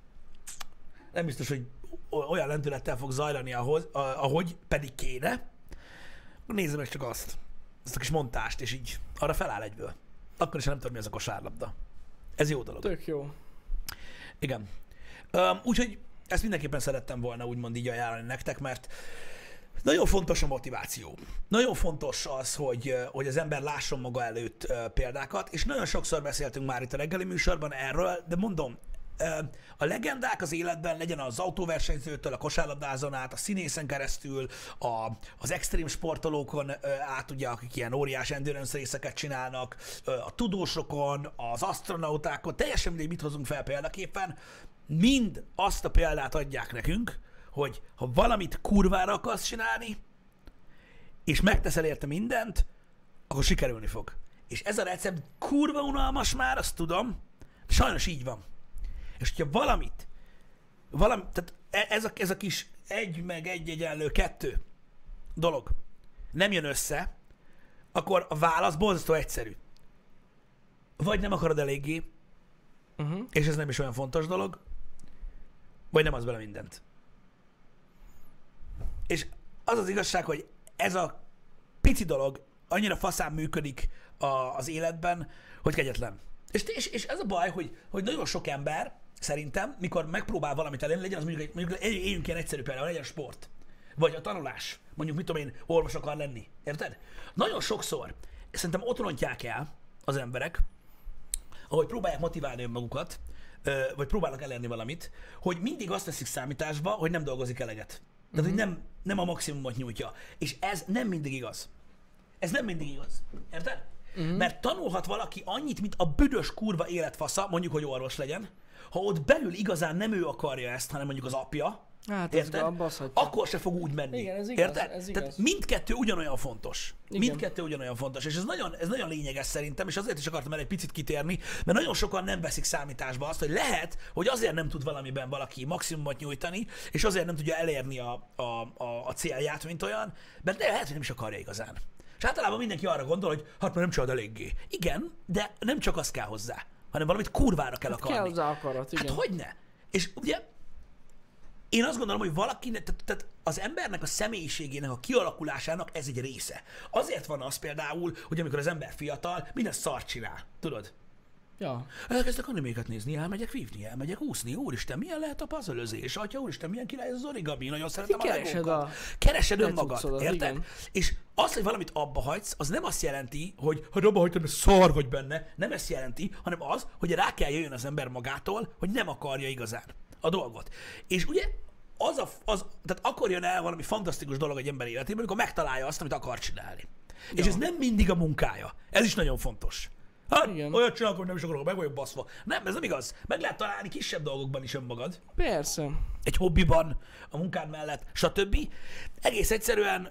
Speaker 1: olyan lendülettel fog zajlani, ahogy pedig kéne, akkor nézze meg csak azt a kis montást, és így arra feláll egyből. Akkor is nem tudom, mi az a kosárlabda. Ez jó dolog.
Speaker 2: Tök jó.
Speaker 1: Igen. Úgyhogy ezt mindenképpen szerettem volna úgymond így ajánlani nektek, mert nagyon fontos a motiváció. Nagyon fontos az, hogy az ember lásson maga előtt példákat, és nagyon sokszor beszéltünk már itt a reggeli műsorban erről, de mondom, a legendák az életben, legyen az autóversenyzőtől, a kosárlabdázón át, a színészen keresztül, az extrém sportolókon át, ugye, akik ilyen óriás endurance részeket csinálnak, a tudósokon, az asztronautákon, teljesen mindegy, mit hozunk fel példaképpen, mind azt a példát adják nekünk, hogy ha valamit kurvára akarsz csinálni, és megteszel érte mindent, akkor sikerülni fog. És ez a recept kurva unalmas már, azt tudom, sajnos így van. És hogyha tehát ez a kis 1+1=2 dolog nem jön össze, akkor a válasz borzasztó egyszerű. Vagy nem akarod eléggé, és ez nem is olyan fontos dolog, vagy nem az bele mindent. És az az igazság, hogy ez a pici dolog annyira faszán működik az életben, hogy kegyetlen. És ez a baj, hogy nagyon sok ember szerintem, mikor megpróbál valamit elérni, legyen az mondjuk éljünk ilyen egyszerű például, legyen sport, vagy a tanulás, mondjuk mit tudom én, orvos akar lenni, érted? Nagyon sokszor szerintem ott rontják el az emberek, ahogy próbálják motiválni önmagukat, vagy próbálnak elérni valamit, hogy mindig azt veszik számításba, hogy nem dolgozik eleget. Tehát, hogy nem a maximumot nyújtja. És ez nem mindig igaz. Ez nem mindig igaz. Érted? Mert tanulhat valaki annyit, mint a büdös kurva életfasza, mondjuk, hogy orvos legyen, ha ott belül igazán nem ő akarja ezt, hanem mondjuk az apja,
Speaker 2: Hát
Speaker 1: érted? Akkor se fog úgy menni.
Speaker 2: Igen, ez igaz,
Speaker 1: érted?
Speaker 2: ez igaz.
Speaker 1: Tehát mindkettő ugyanolyan fontos.
Speaker 2: Igen.
Speaker 1: Mindkettő ugyanolyan fontos. És ez nagyon lényeges szerintem, és azért is akartam el egy picit kitérni, mert nagyon sokan nem veszik számításba azt, hogy lehet, hogy azért nem tud valamiben valaki maximumot nyújtani, és azért nem tudja elérni a célját, mint olyan, mert lehet, hogy nem is akarja igazán. És általában mindenki arra gondol, hogy hát már nem csinálod eléggé. Igen, de nem csak az kell hozzá, hanem valamit kurvára kell akarni.
Speaker 2: Kell hozzá akarat, igen.
Speaker 1: Hát hogyne? És ugye én azt gondolom, hogy valakinek, tehát az embernek a személyiségének, a kialakulásának ez egy része. Azért van az például, hogy amikor az ember fiatal, minden szart csinál. Tudod?
Speaker 2: Ja.
Speaker 1: Elkezdek animéket nézni, elmegyek vívni, elmegyek úszni. Úristen, milyen lehet a puzzle-özés? Atya, úristen, milyen király ez az origami? Nagyon szeretem a legókat. Keresed önmagad, érted?
Speaker 2: Igen.
Speaker 1: És az, hogy valamit abba hagysz, az nem azt jelenti, hogy ha abba hagytad, szar vagy benne. Nem ezt jelenti, hanem az, hogy rá kell jöjjön az ember magától, hogy nem akarja igazán a dolgot. És ugye tehát akkor jön el valami fantasztikus dolog egy ember életében, amikor megtalálja azt, amit akar csinálni. Ja. És ez nem mindig a munkája. Ez is nagyon fontos. Hát, olyat csinálok, hogy nem is akarok, meg vagyok baszva. Nem, ez nem igaz. Meg lehet találni kisebb dolgokban is önmagad.
Speaker 2: Persze.
Speaker 1: Egy hobbiban, a munkád mellett, stb. Egész egyszerűen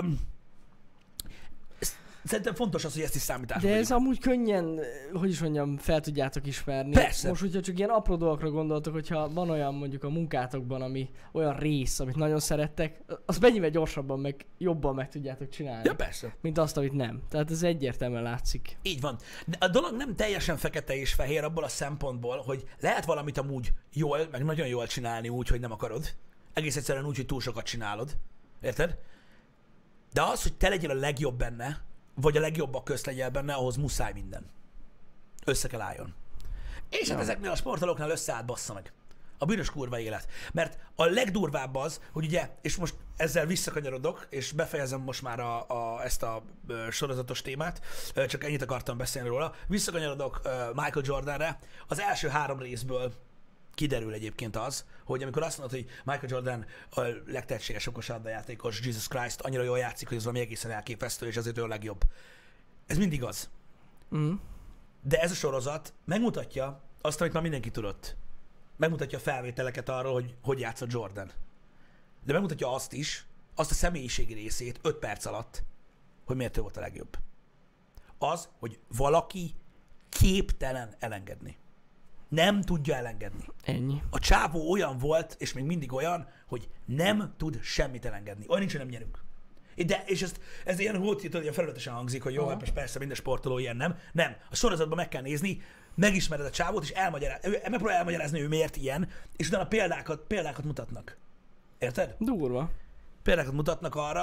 Speaker 1: szerintem fontos az, hogy ezt is számításba
Speaker 2: De ez
Speaker 1: vegyük.
Speaker 2: amúgy könnyen, hogy is mondjam, fel tudjátok ismerni.
Speaker 1: Persze.
Speaker 2: Most, hogyha csak ilyen apró dolgokra gondoltok, hogyha van olyan mondjuk a munkátokban, ami olyan rész, amit nagyon szerettek, azt mennyivel gyorsabban, meg jobban meg tudjátok csinálni.
Speaker 1: Ja, persze.
Speaker 2: Mint azt, amit nem. Tehát ez egyértelműen látszik.
Speaker 1: Így van. De a dolog nem teljesen fekete és fehér abból a szempontból, hogy lehet valamit amúgy jól, meg nagyon jól csinálni úgy, hogy nem akarod. Egész egyszerűen úgy, hogy túl sokat csinálod. Érted? De az, hogy te legyél a legjobb benne, vagy a legjobbak közt legyél benne, ahhoz muszáj minden. Össze kell álljon. És hát ezeknél a sportolóknál összeállt, bassza meg. A bűnös kurva élet. Mert a legdurvább az, hogy ugye, és most ezzel visszakanyarodok, és befejezem most már ezt a sorozatos témát, csak ennyit akartam beszélni róla. Visszakanyarodok Michael Jordanre. Az első 3 részből kiderül egyébként az, hogy amikor azt mondod, hogy Michael Jordan a legtehetségesebb kosárlabdajátékos, Jesus Christ, annyira jól játszik, hogy ez valami egészen elképesztő, és azért ő a legjobb. Ez mindig az.
Speaker 2: Mm.
Speaker 1: De ez a sorozat megmutatja azt, amit már mindenki tudott. Megmutatja a felvételeket arról, hogy játszott Jordan. De megmutatja azt is, azt a személyiségi részét 5 perc alatt, hogy miért ő volt a legjobb. Az, hogy valaki képtelen elengedni. Nem tudja elengedni.
Speaker 2: Ennyi.
Speaker 1: A csávó olyan volt, és még mindig olyan, hogy nem tud semmit elengedni. Olyan nincs, hogy nem nyerünk. És ez ilyen ilyen felületesen hangzik, hogy jó, hát persze minden sportoló ilyen, nem. Nem. A sorozatban meg kell nézni, megismered a csávót, és megpróbál elmagyarázni, ő miért ilyen, és utána példákat mutatnak. Érted?
Speaker 2: Durva.
Speaker 1: Példákat mutatnak arra,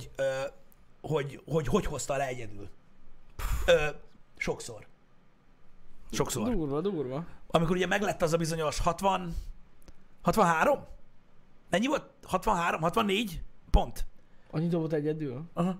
Speaker 1: hogy hozta le egyedül. Sokszor.
Speaker 2: Durva.
Speaker 1: Amikor ugye meglett az a bizonyos 63? Mennyi volt? 64 pont?
Speaker 2: Annyi dobott egyedül?
Speaker 1: Aha.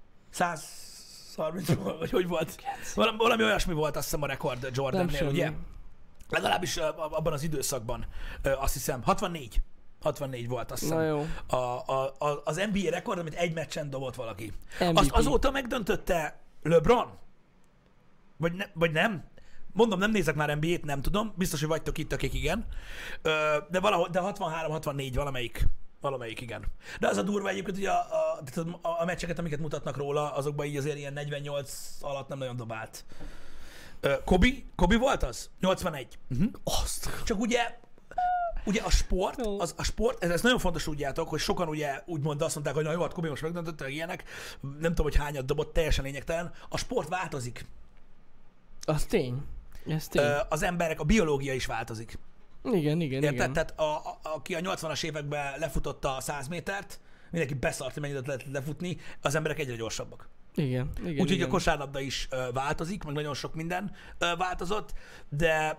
Speaker 1: 130 vagy hogy volt? Valami olyasmi volt, azt hiszem a rekord Jordannél, ugye? Legalábbis abban az időszakban, azt hiszem. 64 volt, azt hiszem.
Speaker 2: Na jó.
Speaker 1: Az NBA rekord, amit egy meccsen dobott valaki.
Speaker 2: MVP.
Speaker 1: Azt azóta megdöntötte LeBron? Vagy nem? Mondom, nem nézek már NBA-t, nem tudom. Biztos, hogy vagytok itt, akik igen. De 63-64 valamelyik igen. De az a durva egyébként, hogy a meccseket, amiket mutatnak róla, azokban így azért ilyen 48 alatt nem nagyon dobált. Kobe volt az? 81. Azt. Csak ugye a sport, ez nagyon fontos tudjátok, hogy sokan ugye úgymond azt mondták, hogy na jó, hát Kobe most megdöntötte, ilyenek, nem tudom, hogy hányat dobott, teljesen lényegtelen. A sport változik.
Speaker 2: Az tény. Ez tény.
Speaker 1: Az emberek, a biológia is változik.
Speaker 2: Igen.
Speaker 1: Érted? Tehát aki a 80-as években lefutotta a 100 métert, mindenki beszart, hogy mennyit lehet lefutni, az emberek egyre gyorsabbak.
Speaker 2: Igen.
Speaker 1: Úgyhogy a kosárlabda is változik, meg nagyon sok minden változott, de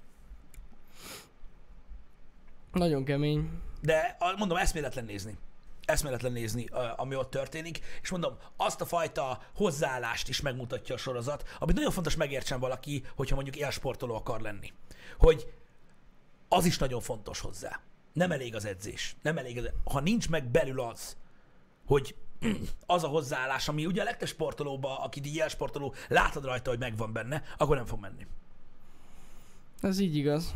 Speaker 2: nagyon kemény.
Speaker 1: De mondom, eszméletlen nézni, ami ott történik, és mondom, azt a fajta hozzáállást is megmutatja a sorozat, amit nagyon fontos megértsen valaki, hogyha mondjuk élsportoló akar lenni. Hogy az is nagyon fontos hozzá. Nem elég az edzés. Ha nincs meg belül az, hogy az a hozzáállás, ami ugye a legtöbb sportolóban, aki így élsportoló, látod rajta, hogy megvan benne, akkor nem fog menni.
Speaker 2: Ez így igaz.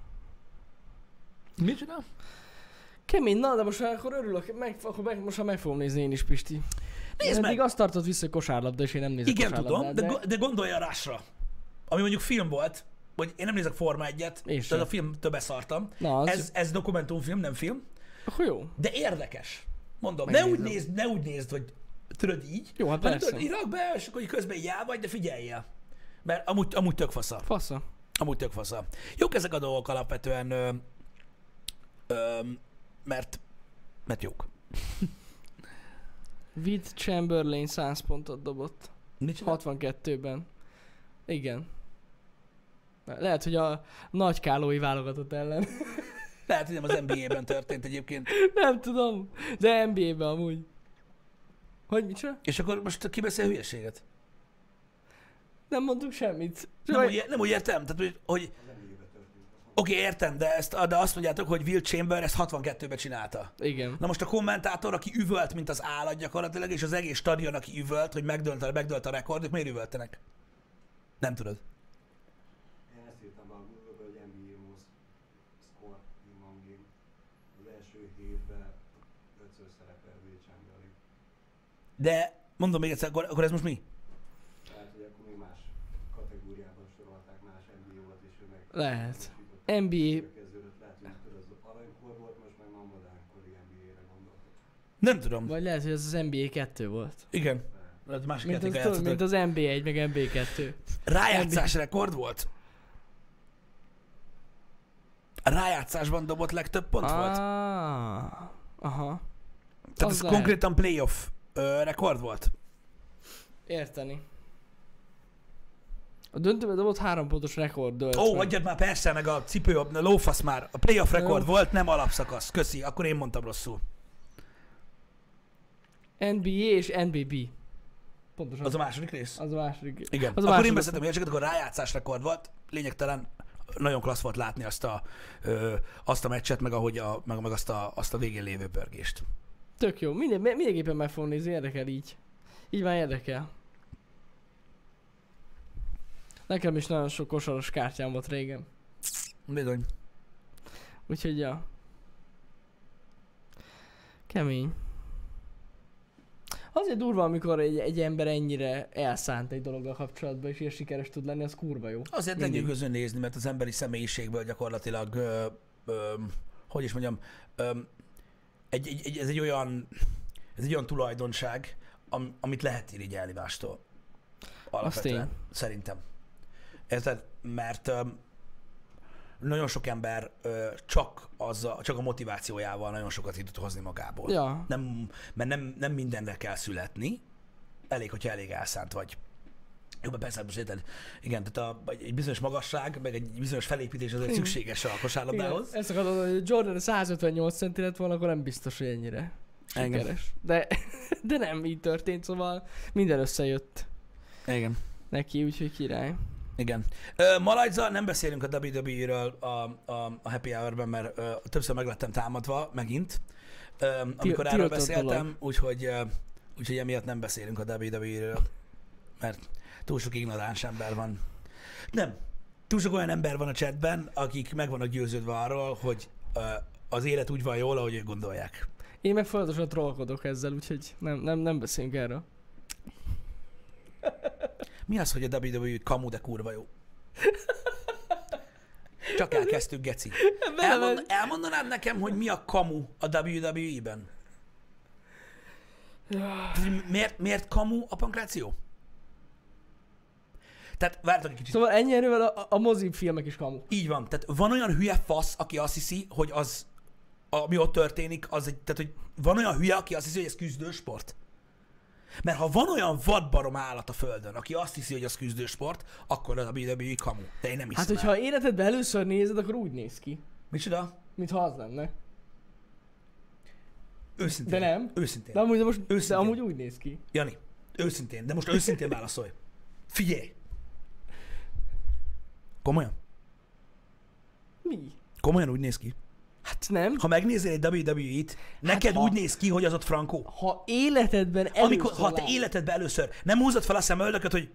Speaker 1: Mit csinál?
Speaker 2: Kemény, na de most akkor örülök, most már meg fogom nézni én is, Pisti.
Speaker 1: Nézd meg!
Speaker 2: Eddig azt tartott vissza, hogy kosárlabda, és én nem nézek
Speaker 1: Igen,
Speaker 2: kosárlabdát.
Speaker 1: tudom, de gondolj a Rushra, ami mondjuk film volt, hogy én nem nézek Forma 1-et, tehát a film többet szartam. Ez dokumentumfilm, nem film.
Speaker 2: Akkor jó.
Speaker 1: De érdekes. Mondom, ne úgy nézd, hogy tudod így.
Speaker 2: Jó, hát persze.
Speaker 1: Tudod, irak be, és akkor közben így vagy, de figyeljél. Mert amúgy tök fasza. Amúgy tök fasza. Jók ezek a dolgok alapvetően, mert jók.
Speaker 2: Wilt Chamberlain 100 pontot dobott. 62-ben. Igen. Lehet, hogy a nagy kálói válogatott ellen.
Speaker 1: Lehet, hogy nem az NBA-ben történt egyébként.
Speaker 2: Nem tudom, de NBA-ben amúgy. Hogy micsoda?
Speaker 1: És akkor most ki beszél hülyeséget?
Speaker 2: Nem mondtuk semmit.
Speaker 1: Nem úgy értem, tehát hogy Oké, értem, de azt mondjátok, hogy Wilt Chamberlain ezt 62-ben csinálta.
Speaker 2: Igen.
Speaker 1: Na most a kommentátor, aki üvölt, mint az állat gyakorlatilag, és az egész stadion, aki üvölt, hogy megdölt a rekord, ők miért üvöltenek? Nem tudod.
Speaker 3: Én ezt írtam be a Google-be, hogy NBA most score in one game. Az első hétben 5-ször szerepel Wilt Chamberlain.
Speaker 1: De mondom még egyszer, akkor ez most mi?
Speaker 3: Tehát, hogy akkor még más kategóriában sorolták más NBA-ot, és ő meg...
Speaker 2: Lehet. NBA...
Speaker 3: Lehet, hogy az aranykor volt, most meg már modernkori NBA-re gondolok.
Speaker 1: Nem tudom.
Speaker 2: Vagy lehet, hogy ez az NBA 2 volt.
Speaker 1: Igen. Lehet, másik játéka játszottak.
Speaker 2: Mint az NBA 1, meg NBA 2.
Speaker 1: Rájátszás rekord volt? A rájátszásban dobott legtöbb pont volt?
Speaker 2: Aha.
Speaker 1: Tehát ez konkrétan playoff rekord volt?
Speaker 2: Érteni. A döntőben dobott 3 pontos rekord dölt meg.
Speaker 1: Adjad már persze, meg a cipő, a lófasz már. A playoff rekord volt, nem alapszakasz. Köszi, akkor én mondtam rosszul.
Speaker 2: NBA és NBB. Pontosan.
Speaker 1: Az a második rész?
Speaker 2: Az a második.
Speaker 1: Igen.
Speaker 2: Az a
Speaker 1: Akkor én
Speaker 2: második.
Speaker 1: beszéltem értseket, akkor rájátszás rekord volt. Lényegtelen. Nagyon klassz volt látni azt a meccset, meg, meg azt a végén lévő pörgést.
Speaker 2: Tök jó. Mindenképpen meg fogom nézni, érdekel így. Így már érdekel. Nekem is nagyon sok kosaros kártyám volt régen.
Speaker 1: Bizony.
Speaker 2: Úgyhogy ja. Kemény. Azért durva, amikor egy ember ennyire elszánt egy dologgal kapcsolatban, és ilyen sikeres tud lenni, az kurva jó.
Speaker 1: Azért lenyűgöző nézni, mert az emberi személyiségből gyakorlatilag, hogy is mondjam, ez egy olyan tulajdonság, amit lehet irigyelni mástól. Alapvetően, szerintem. Érted? Mert nagyon sok ember csak a motivációjával nagyon sokat tud hozni magából.
Speaker 2: Ja.
Speaker 1: Mert nem mindenre kell születni, elég, hogyha elég elszánt vagy. Jó, persze, most érted, igen, tehát egy bizonyos magasság, meg egy bizonyos felépítés azért szükséges a kosárlabdához.
Speaker 2: Ezt akarod, hogy Jordan 158 centi lett volna, akkor nem biztos, hogy ennyire sikeres. De nem így történt, szóval minden összejött.
Speaker 1: Igen.
Speaker 2: Neki, úgyhogy király.
Speaker 1: Igen. Malajza, nem beszélünk a WWE-ről a Happy Hour-ben, mert többször meg lettem támadva, megint, amikor erről beszéltem, úgyhogy emiatt nem beszélünk a WWE-ről, mert túl sok ignoráns ember van. Nem. Túl sok olyan ember van a chatben, akik meg vannak győződve arról, hogy az élet úgy van jól, ahogy ők gondolják.
Speaker 2: Én meg folyamatosan trollkodok ezzel, úgyhogy nem beszélünk erről.
Speaker 1: Mi az, hogy a WWE kamu, de kurva jó? Csak elkezdtük, geci. Elmondanád nekem, hogy mi a kamu a WWE-ben? Miért kamu a pankráció? Tehát vártok egy kicsit.
Speaker 2: Szóval ennyi erővel a mozifilmek is kamu.
Speaker 1: Így van. Tehát van olyan hülye fasz, aki azt hiszi, hogy az, ami ott történik, tehát hogy van olyan hülye, aki azt hiszi, hogy ez küzdősport. Mert ha van olyan vadbarom állat a földön, aki azt hiszi, hogy az küzdősport, akkor az a WWE kamu. De én nem hiszem.
Speaker 2: Hát, hogyha életedben először nézed, akkor úgy néz ki.
Speaker 1: Micsoda?
Speaker 2: Mintha az lenne.
Speaker 1: Őszintén.
Speaker 2: De nem.
Speaker 1: Őszintén.
Speaker 2: De amúgy,
Speaker 1: őszintén.
Speaker 2: De amúgy úgy néz ki.
Speaker 1: Jani, őszintén. De most őszintén válaszolj. Figyelj! Komolyan?
Speaker 2: Mi?
Speaker 1: Komolyan úgy néz ki?
Speaker 2: Hát nem.
Speaker 1: Ha megnézél egy WWE-t, neked úgy néz ki, hogy az ott frankó.
Speaker 2: Ha életedben először
Speaker 1: Ha te életedben először nem húzod fel a szemöldököt, hogy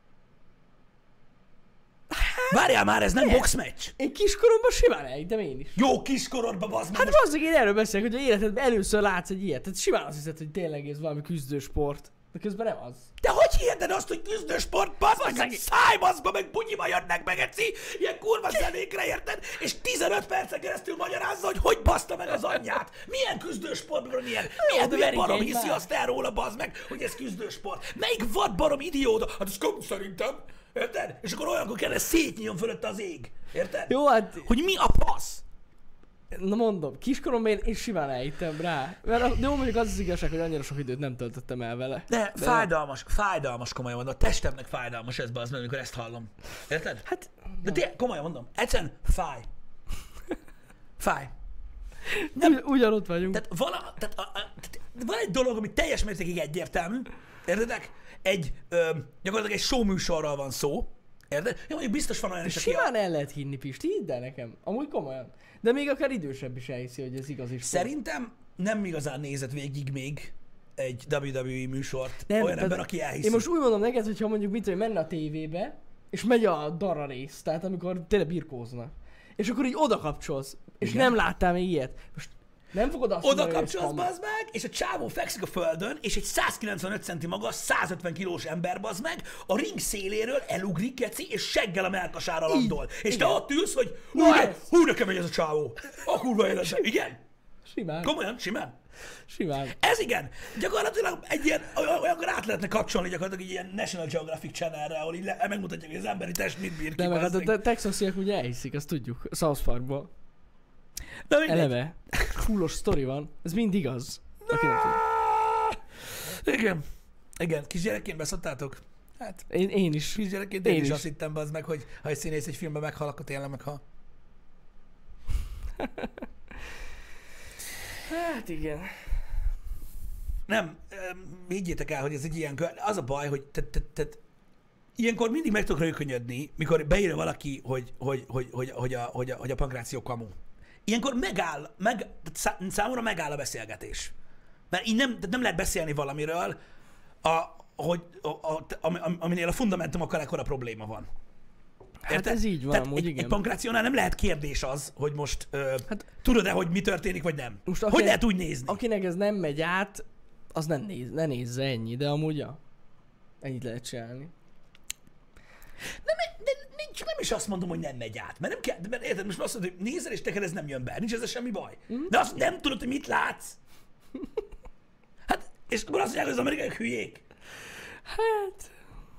Speaker 1: várjál már, ez nem boxmeccs.
Speaker 2: Én kiskoromban simán elhittem én is.
Speaker 1: Jó, kiskorodban, bazd meg.
Speaker 2: Hát most... én erről beszélek, hogy életedben először látsz egy ilyet. Tehát simán azt hiszed, hogy tényleg ez valami küzdősport. De közben nem az.
Speaker 1: De hogy hiheted azt, hogy küzdősport, bazd meg, szájbaszba, meg bugyiba jönnek meg, Eci, ilyen kurva zenékre, érted? És 15 percen keresztül magyarázza, hogy baszta meg az anyját. Milyen küzdősport, mikor milyen barom hiszi azt el róla, bazd meg, hogy ez küzdősport. Melyik vadbarom idióta? Hát ez kamu szerintem, érted? És akkor olyankor kellene szétnyíljon fölötte az ég, érted?
Speaker 2: Jó, hát...
Speaker 1: Hogy mi a fasz?
Speaker 2: Na mondom, kiskoromban én simán elhittem rá. Mert jó, mondjuk az igazság, hogy annyira sok időt nem töltöttem el vele.
Speaker 1: De fájdalmas, komolyan mondom. A testemnek fájdalmas ez, bazd meg, amikor ezt hallom. Érted?
Speaker 2: Hát...
Speaker 1: De komolyan mondom. Egyszerűen fáj. Fáj.
Speaker 2: Ugyanott vagyunk.
Speaker 1: Tehát van egy dolog, ami teljes mértékig egyértelmű. Értedek? Gyakorlatilag egy show műsorral van szó. Érted? Jó, mondjuk biztos van olyan is, aki...
Speaker 2: Simán el lehet hinni, Pisti, hidd el nekem. Amúgy komolyan. De még akár idősebb is elhiszi, hogy ez igaz is.
Speaker 1: Szerintem nem igazán nézett végig még egy WWE műsort
Speaker 2: nem,
Speaker 1: olyan ember, aki elhiszi.
Speaker 2: Én most úgy mondom neked, hogyha mondjuk mit tudom, menne a tévébe, és megy a dara rész, tehát amikor tényleg birkóznak. És akkor így oda kapcsolsz, és igen, nem láttál még ilyet. Most nem fogod azt
Speaker 1: oda kapcsolsz, bazd meg, és a csávó fekszik a földön, és egy 195 centi magas, 150 kilós ember, bazd meg, a ring széléről elugrik, geci, és seggel a melkasára landol. És igen, te ott ülsz, hogy hú, de kemény ez a csávó. A kurva életben. Igen?
Speaker 2: Simán.
Speaker 1: Komolyan? Simán?
Speaker 2: Simán.
Speaker 1: Ez igen. Gyakorlatilag egy ilyen, olyankor át lehetne kapcsolni gyakorlatilag egy ilyen National Geographic Channelre, ahol így megmutatják, hogy az emberi test mit bír ki.
Speaker 2: De meg a texasiak ugye elhiszik, azt tudjuk, South Parkból.
Speaker 1: Na,
Speaker 2: eleve, fullos sztori van, ez mind igaz. Aki nem tud.
Speaker 1: Igen. Igen, kisgyerekként beszoktátok? Hát,
Speaker 2: Én is.
Speaker 1: kisgyerekként
Speaker 2: Én
Speaker 1: én is
Speaker 2: is.
Speaker 1: azt hittem bazd meg, hogy ha egy színész egy filmben meghal, akkor tényleg meghal.
Speaker 2: Hát igen.
Speaker 1: Nem, higgyétek el, hogy ez egy ilyen az a baj, hogy ilyenkor mindig meg tudok rökönyödni, mikor beírja valaki, hogy a pankráció kamu. Ilyenkor számomra megáll a beszélgetés. Mert így nem lehet beszélni valamiről, aminél a fundamentumokkal ekkora probléma van.
Speaker 2: Hát ez így van,
Speaker 1: Tehát
Speaker 2: amúgy igen.
Speaker 1: egy pankrációnál nem lehet kérdés az, hogy most tudod-e, hogy mi történik, vagy nem.
Speaker 2: Most
Speaker 1: hogy lehet úgy nézni?
Speaker 2: Akinek ez nem megy át, az ne nézze ennyi, de amúgy ennyit lehet csinálni.
Speaker 1: Csak nem is azt mondom, hogy nem megy át. Mert nem kell, mert érted, most azt mondod, hogy nézel, és neked ez nem jön be. Nincs ezzel semmi baj. De azt nem tudod, hogy mit látsz. Hát, és akkor azt mondják, hogy az amerikaiak hülyék.
Speaker 2: Hát...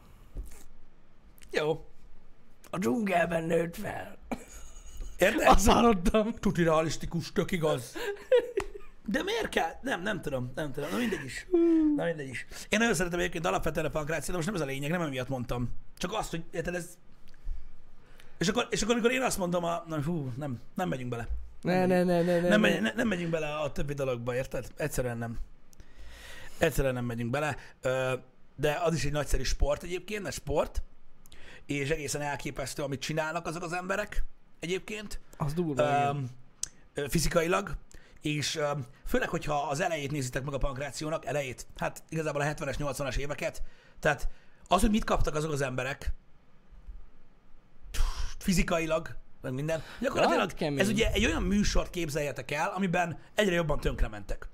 Speaker 1: Jó.
Speaker 2: A dzsungelben nőtt fel.
Speaker 1: Érted?
Speaker 2: Azt hallottam.
Speaker 1: Tuti realisztikus, tök igaz. De miért kell? Nem tudom. Na mindegy is. Én nagyon szeretem egyébként alapvetően a pankrációt, de most nem ez a lényeg, nem emiatt mondtam. Csak azt, hogy érted, ez... És akkor amikor én azt mondom, nem megyünk bele. Nem megyünk bele a többi dologba, érted? Egyszerűen nem megyünk bele. De az is egy nagyszerű sport egyébként, mert sport. És egészen elképesztő, amit csinálnak azok az emberek egyébként.
Speaker 2: Az durva.
Speaker 1: Fizikailag. És főleg, hogyha az elejét nézitek meg a pankrációnak, hát igazából a 70-es, 80-as éveket, tehát az, hogy mit kaptak azok az emberek, fizikailag, meg minden, gyakorlatilag ez ugye egy olyan műsort képzeljetek el, amiben egyre jobban tönkrementek.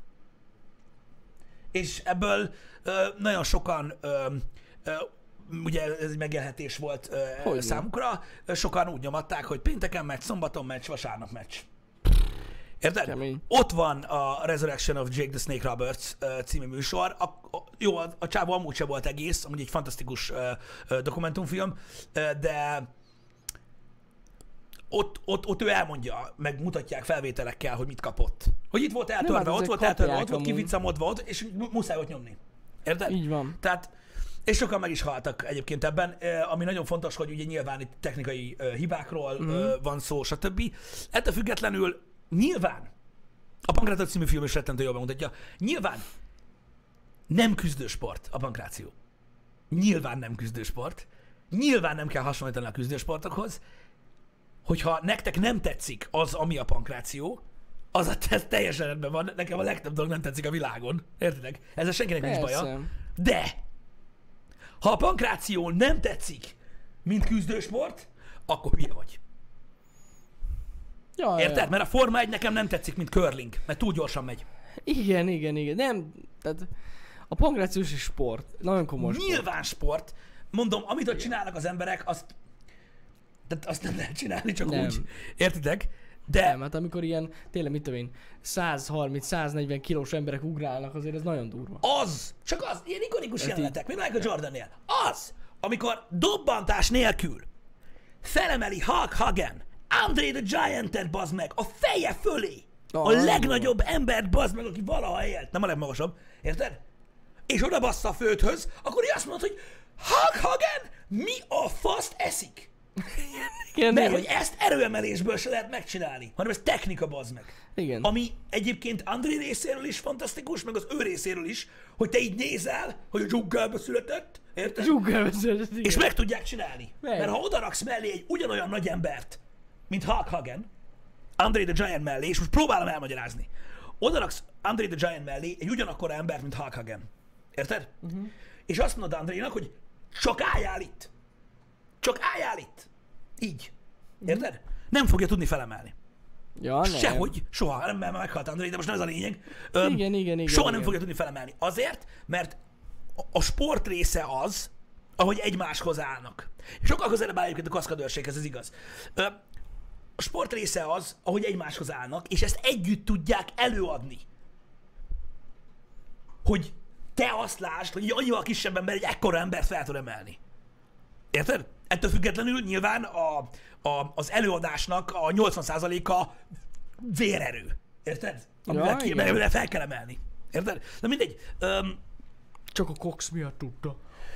Speaker 1: És ebből nagyon sokan, ugye ez egy megélhetés volt számukra, sokan úgy nyomatták, hogy pénteken meccs, szombaton meccs, vasárnap meccs. Érted?
Speaker 2: Kemény.
Speaker 1: Ott van a Resurrection of Jake the Snake Roberts című műsor. Jó, a csávó amúgy se volt egész, amúgy egy fantasztikus dokumentumfilm, de ott ő elmondja, meg mutatják felvételekkel, hogy mit kapott. Hogy itt volt eltörve, ott volt eltörve, ott volt kivicamodva, ott, és muszáj volt nyomni. Érted?
Speaker 2: Így van.
Speaker 1: Tehát, és sokan meg is haltak egyébként ebben, ami nagyon fontos, hogy ugye nyilván itt technikai hibákról van szó, stb. Ettől függetlenül nyilván, a Pankráció című film is rettentő jól bemutatja, nyilván nem küzdősport a pankráció. Nyilván nem küzdősport. Nyilván nem kell hasonlítani a küzdősportokhoz. Hogyha nektek nem tetszik az, ami a pankráció, ez teljesen rendben van. Nekem a legtöbb dolog nem tetszik a világon. Értitek? Ezzel senkinek nincs baja. De, ha a pankráció nem tetszik, mint küzdősport, akkor hülye vagy.
Speaker 2: Ja,
Speaker 1: érted?
Speaker 2: Ja.
Speaker 1: Mert a Forma 1 nekem nem tetszik, mint curling, mert túl gyorsan megy.
Speaker 2: Igen. Nem, tehát a pankrációs is sport. Nagyon komoly sport.
Speaker 1: Nyilván sport. Mondom, amit ott csinálnak az emberek, azt nem lehet csinálni, csak
Speaker 2: nem.
Speaker 1: úgy. Értitek? De...
Speaker 2: Nem, hát amikor ilyen, tényleg mit tudom én, 130-140 kilós emberek ugrálnak, azért ez nagyon durva.
Speaker 1: Csak az, ilyen ikonikus jelenetek, mint Michael Jordannél. Az, amikor dobbantás nélkül felemeli Hulk Hogan, Andre the Giant-et, bazd meg, a feje fölé. A legnagyobb embert, bazd meg, aki valaha élt. Nem a legmagasabb, érted? És oda bassza a földhöz, akkor azt mondod, hogy Hulk Hogan mi a faszt eszik? Mert hogy ezt erőemelésből se lehet megcsinálni, hanem ez technika, bazd meg.
Speaker 2: Igen.
Speaker 1: Ami egyébként André részéről is fantasztikus, meg az ő részéről is, hogy te így nézel, hogy a dzsungelbe született, érted?
Speaker 2: Dzsungelbe született, igen.
Speaker 1: És meg tudják csinálni. Mert ha odaraksz mellé egy ugyanolyan nagy embert, mint Hulk Hogan, Andre the Giant mellé, és most próbálom elmagyarázni. Odaraksz Andre the Giant mellé egy ugyanakkora embert, mint Hulk Hogan. Érted? És azt mondod Andrénak, hogy csak álljál itt. Csak álljál itt. Így. Érted? Nem fogja tudni felemelni.
Speaker 2: Ja, nem.
Speaker 1: Sehogy. Soha. Nem, mert meghalt André, de most nem ez a lényeg.
Speaker 2: Igen.
Speaker 1: Soha nem fogja tudni felemelni. Azért, mert a sport része az, ahogy egymáshoz állnak. Sokkal közelebb áll egyébként a kaszkadőrséghez, ez igaz. A sport része az, ahogy egymáshoz állnak, és ezt együtt tudják előadni. Hogy te azt lásd, hogy annyival kisebb ember egy ekkora embert fel tud emelni. Érted? Ettől függetlenül nyilván az előadásnak a 80%-a vérerő. Érted? Amivel fel kell emelni. Érted? Na mindegy.
Speaker 2: Csak a Cox miatt tudta.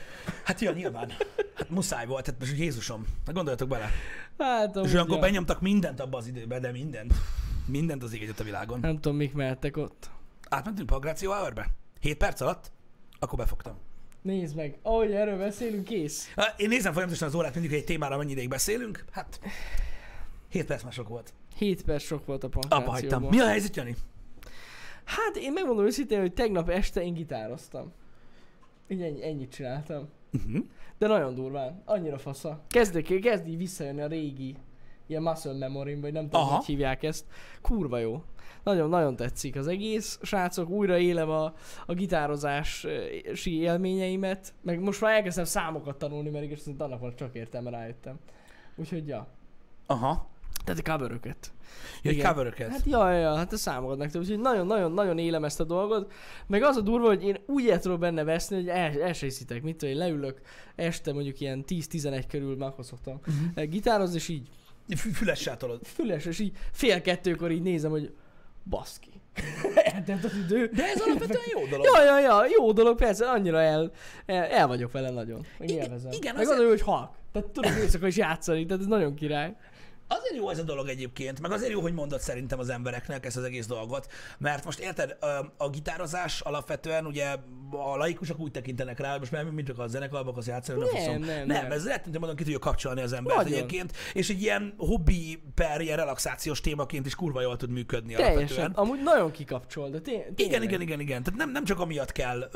Speaker 1: Hát ja, nyilván. Hát muszáj volt, hát most Jézusom. Na gondoljatok bele.
Speaker 2: Hát,
Speaker 1: És
Speaker 2: amúgy,
Speaker 1: olyankor
Speaker 2: ja.
Speaker 1: benyomtak mindent abba az időben, de mindent. Mindent az ég a világon.
Speaker 2: Nem tudom, mik mehettek ott.
Speaker 1: Átmentünk Pancrácio Hourbe? 7 perc alatt? Akkor befogtam.
Speaker 2: Nézd meg, ahogy erről beszélünk, kész.
Speaker 1: Én nézem folyamatosan az órát, mindig, hogy egy témára mennyi ideig beszélünk. Hát, 7 perc már sok volt.
Speaker 2: 7 perc sok volt a
Speaker 1: Abba hagytam.
Speaker 2: pankrációban.
Speaker 1: Mi a helyzet, Jani?
Speaker 2: Hát én megmondom őszintén, hogy tegnap este én gitároztam. Így ennyit csináltam.
Speaker 1: Uh-huh.
Speaker 2: De nagyon durván, annyira fasza. Kezd így visszajönni a régi ilyen muscle memory, vagy nem tudom,
Speaker 1: Aha.
Speaker 2: hogy hívják ezt. Kurva jó. Nagyon tetszik az egész. Srácok, újra élem a gitározási élményeimet. Meg most már elkezdtem számokat tanulni, mert igaz, annak van csak értelme rájöttem. Úgyhogy ja.
Speaker 1: Aha.
Speaker 2: Tehát a coveröket.
Speaker 1: Ja, egy
Speaker 2: Igen.
Speaker 1: coveröket.
Speaker 2: Hát hát a számokat nektek. Úgyhogy nagyon élem ezt a dolgot. Meg az a durva, hogy én úgy el tudok benne veszni, hogy el se hiszitek, mit tudom, én leülök este mondjuk ilyen 10-11 körül, már akkor szoktam gitározni, és így
Speaker 1: Füles sátolod.
Speaker 2: füles, és így fél kettőkor így nézem, hogy baszki. Eltelt az idő.
Speaker 1: De ez alapvetően jó dolog.
Speaker 2: Ja, jó dolog, persze, annyira el vagyok vele nagyon. Meg
Speaker 1: Igen,
Speaker 2: élvezem.
Speaker 1: igen,
Speaker 2: Meg
Speaker 1: azért-
Speaker 2: az, hogy halk. Tehát tudok éjszaka is játszani, tehát ez nagyon király.
Speaker 1: Azért jó ez a dolog egyébként, meg azért jó, hogy mondod szerintem az embereknek ezt az egész dolgot, mert most érted, a gitározás alapvetően ugye a laikusok úgy tekintenek rá, hogy most már mind csak a zenekarban akarsz játszani, nem, ez rettentő módon ki tudja kapcsolni az embert
Speaker 2: Nagyon.
Speaker 1: egyébként, és egy ilyen hobbi per ilyen relaxációs témaként is kurva jól tud működni
Speaker 2: Teljesen.
Speaker 1: alapvetően.
Speaker 2: Amúgy nagyon kikapcsol, de tényleg.
Speaker 1: Igen. Tehát nem csak amiatt kell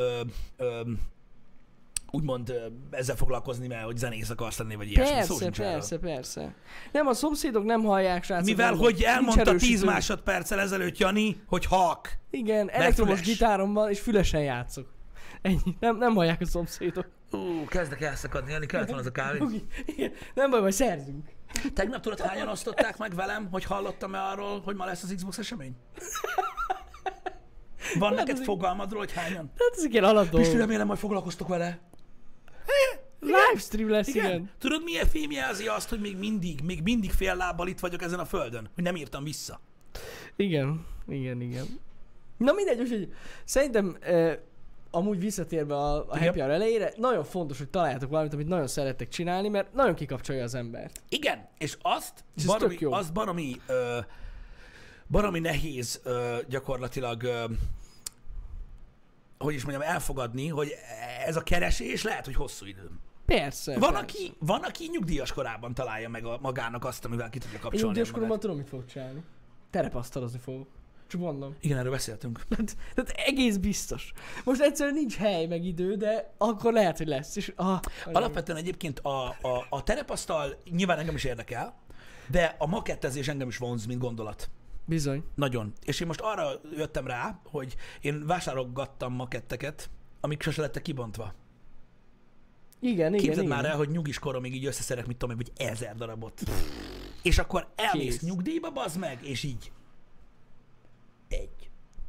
Speaker 1: úgymond ezzel foglalkozni, mert hogy zenész akarsz lenni, vagy ilyesmi. Szó sincs erről.
Speaker 2: Persze. Nem, a szomszédok nem hallják, srácok.
Speaker 1: Mivel,
Speaker 2: nem,
Speaker 1: hogy
Speaker 2: nincs
Speaker 1: elmondta 10
Speaker 2: erősítő.
Speaker 1: másodperccel ezelőtt Jani, hogy halk.
Speaker 2: Igen, elektromos
Speaker 1: füles.
Speaker 2: gitárom van, és fülesen játszok. Ennyi. Nem hallják a szomszédok.
Speaker 1: Kezdek elszakadni, Jani, kellett volna az a kávé.
Speaker 2: Igen. Nem baj, majd szerzünk.
Speaker 1: Tegnap tudod, hányan osztották meg velem, hogy hallottam-e arról, hogy ma lesz az Xbox esemény? Van neked
Speaker 2: az-
Speaker 1: fogalmadról, hogy hányan?
Speaker 2: Hát ez egy ilyen alap
Speaker 1: Pisti,
Speaker 2: dolog.
Speaker 1: remélem, hogy foglalkoztok vele.
Speaker 2: Livestream lesz,
Speaker 1: Igen.
Speaker 2: igen.
Speaker 1: Tudod, milyen fémjelzi azt, hogy még mindig fél lábbal itt vagyok ezen a földön? Hogy nem írtam vissza.
Speaker 2: Igen. Na mindegy, úgyhogy szerintem amúgy visszatérve a
Speaker 1: Igen.
Speaker 2: happy hour elejére, nagyon fontos, hogy találjátok valamit, amit nagyon szerettek csinálni, mert nagyon kikapcsolja az embert.
Speaker 1: Igen, és azt
Speaker 2: És ez tök jó.
Speaker 1: baromi nehéz gyakorlatilag, hogy is mondjam, elfogadni, hogy ez a keresés lehet, hogy hosszú idő.
Speaker 2: Persze.
Speaker 1: Van, aki nyugdíjas korában találja meg magának azt, amivel ki tudja
Speaker 2: Én
Speaker 1: kapcsolni.
Speaker 2: nyugdíjas
Speaker 1: a
Speaker 2: koromban
Speaker 1: magát.
Speaker 2: tudom, mit fogok csinálni. Terepasztalozni fogok. Csak mondom.
Speaker 1: Igen, erről beszéltünk.
Speaker 2: Tehát egész biztos. Most egyszerűen nincs hely meg idő, de akkor lehet, hogy lesz. És,
Speaker 1: Alapvetően egyébként a terepasztal nyilván engem is érdekel, de a makettezés engem is vonz, mint gondolat.
Speaker 2: Bizony.
Speaker 1: Nagyon. És én most arra jöttem rá, hogy én vásárolgattam maketteket, amik sose lettek kibontva.
Speaker 2: Igen.
Speaker 1: Képzeld már el, hogy nyugis koromig így összeszedek, mit tudom én, hogy 1000 darabot. És akkor elmész
Speaker 2: Kész.
Speaker 1: nyugdíjba, bazd meg, és így. Egy.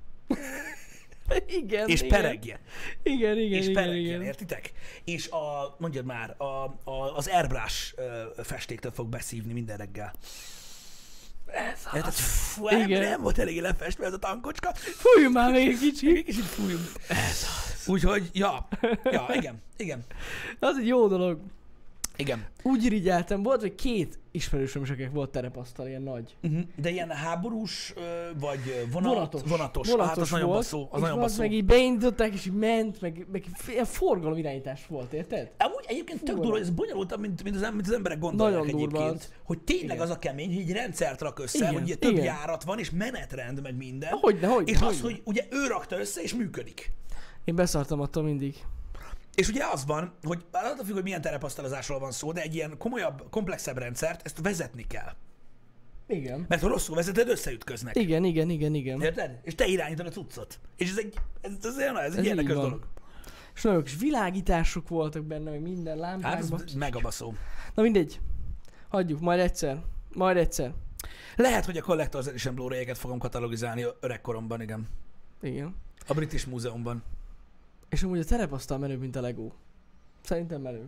Speaker 2: Igen.
Speaker 1: És
Speaker 2: igen.
Speaker 1: peregjen.
Speaker 2: Igen,
Speaker 1: És peregjen,
Speaker 2: igen.
Speaker 1: értitek? És mondjad már, az airbrush festéktől fog beszívni minden reggel. Érted? Fú,
Speaker 2: Igen.
Speaker 1: nem volt elég lefestve ez a tankocska.
Speaker 2: Fújjunk már még egy kicsit.
Speaker 1: Egy kicsit fújjunk. Úgyhogy, ja, igen.
Speaker 2: Az egy jó dolog.
Speaker 1: Igen.
Speaker 2: Úgy irigyeltem, volt, hogy 2 ismerősöm is, akik volt terepasztal, ilyen nagy.
Speaker 1: De ilyen háborús, vagy vonatos. Hát az
Speaker 2: Vonatos
Speaker 1: nagyon
Speaker 2: volt,
Speaker 1: baszó. Az
Speaker 2: és
Speaker 1: nagyon
Speaker 2: az
Speaker 1: baszó.
Speaker 2: meg így beindították, és így ment, meg ilyen forgalomirányítás volt, érted?
Speaker 1: Amúgy egyébként tök
Speaker 2: Fura.
Speaker 1: durva, hogy ez bonyolultabb, mint az emberek gondolják
Speaker 2: Nagyon durva
Speaker 1: egyébként.
Speaker 2: az.
Speaker 1: Hogy tényleg
Speaker 2: Igen.
Speaker 1: az a kemény, hogy egy rendszert rak össze,
Speaker 2: Igen,
Speaker 1: hogy ugye több
Speaker 2: igen.
Speaker 1: járat van, és menetrend, meg minden.
Speaker 2: Hogyne.
Speaker 1: És az, hogy ugye ő rakta össze, és működik.
Speaker 2: Én beszartam attól mindig.
Speaker 1: És ugye az van, hogy attól függ, hogy milyen terepasztalozásról van szó, de egy ilyen komolyabb, komplexebb rendszert, ezt vezetni kell.
Speaker 2: Igen.
Speaker 1: Mert ha rosszul vezeted, összeütköznek.
Speaker 2: Igen.
Speaker 1: Érted? És te irányítod a cuccot. És ez egy
Speaker 2: így
Speaker 1: érdekes
Speaker 2: van.
Speaker 1: dolog.
Speaker 2: És nagyon kis világítások voltak benne, meg minden
Speaker 1: Hát
Speaker 2: lámpákban.
Speaker 1: ez megabaszó.
Speaker 2: Na mindegy. Hagyjuk, majd egyszer.
Speaker 1: Lehet, hogy a Collector's Edition Blu-ray-eket fogom katalogizálni öregkoromban, igen.
Speaker 2: Igen.
Speaker 1: A British Múzeumban.
Speaker 2: És amúgy a terepasztal menőbb, mint a Lego. Szerintem menőbb.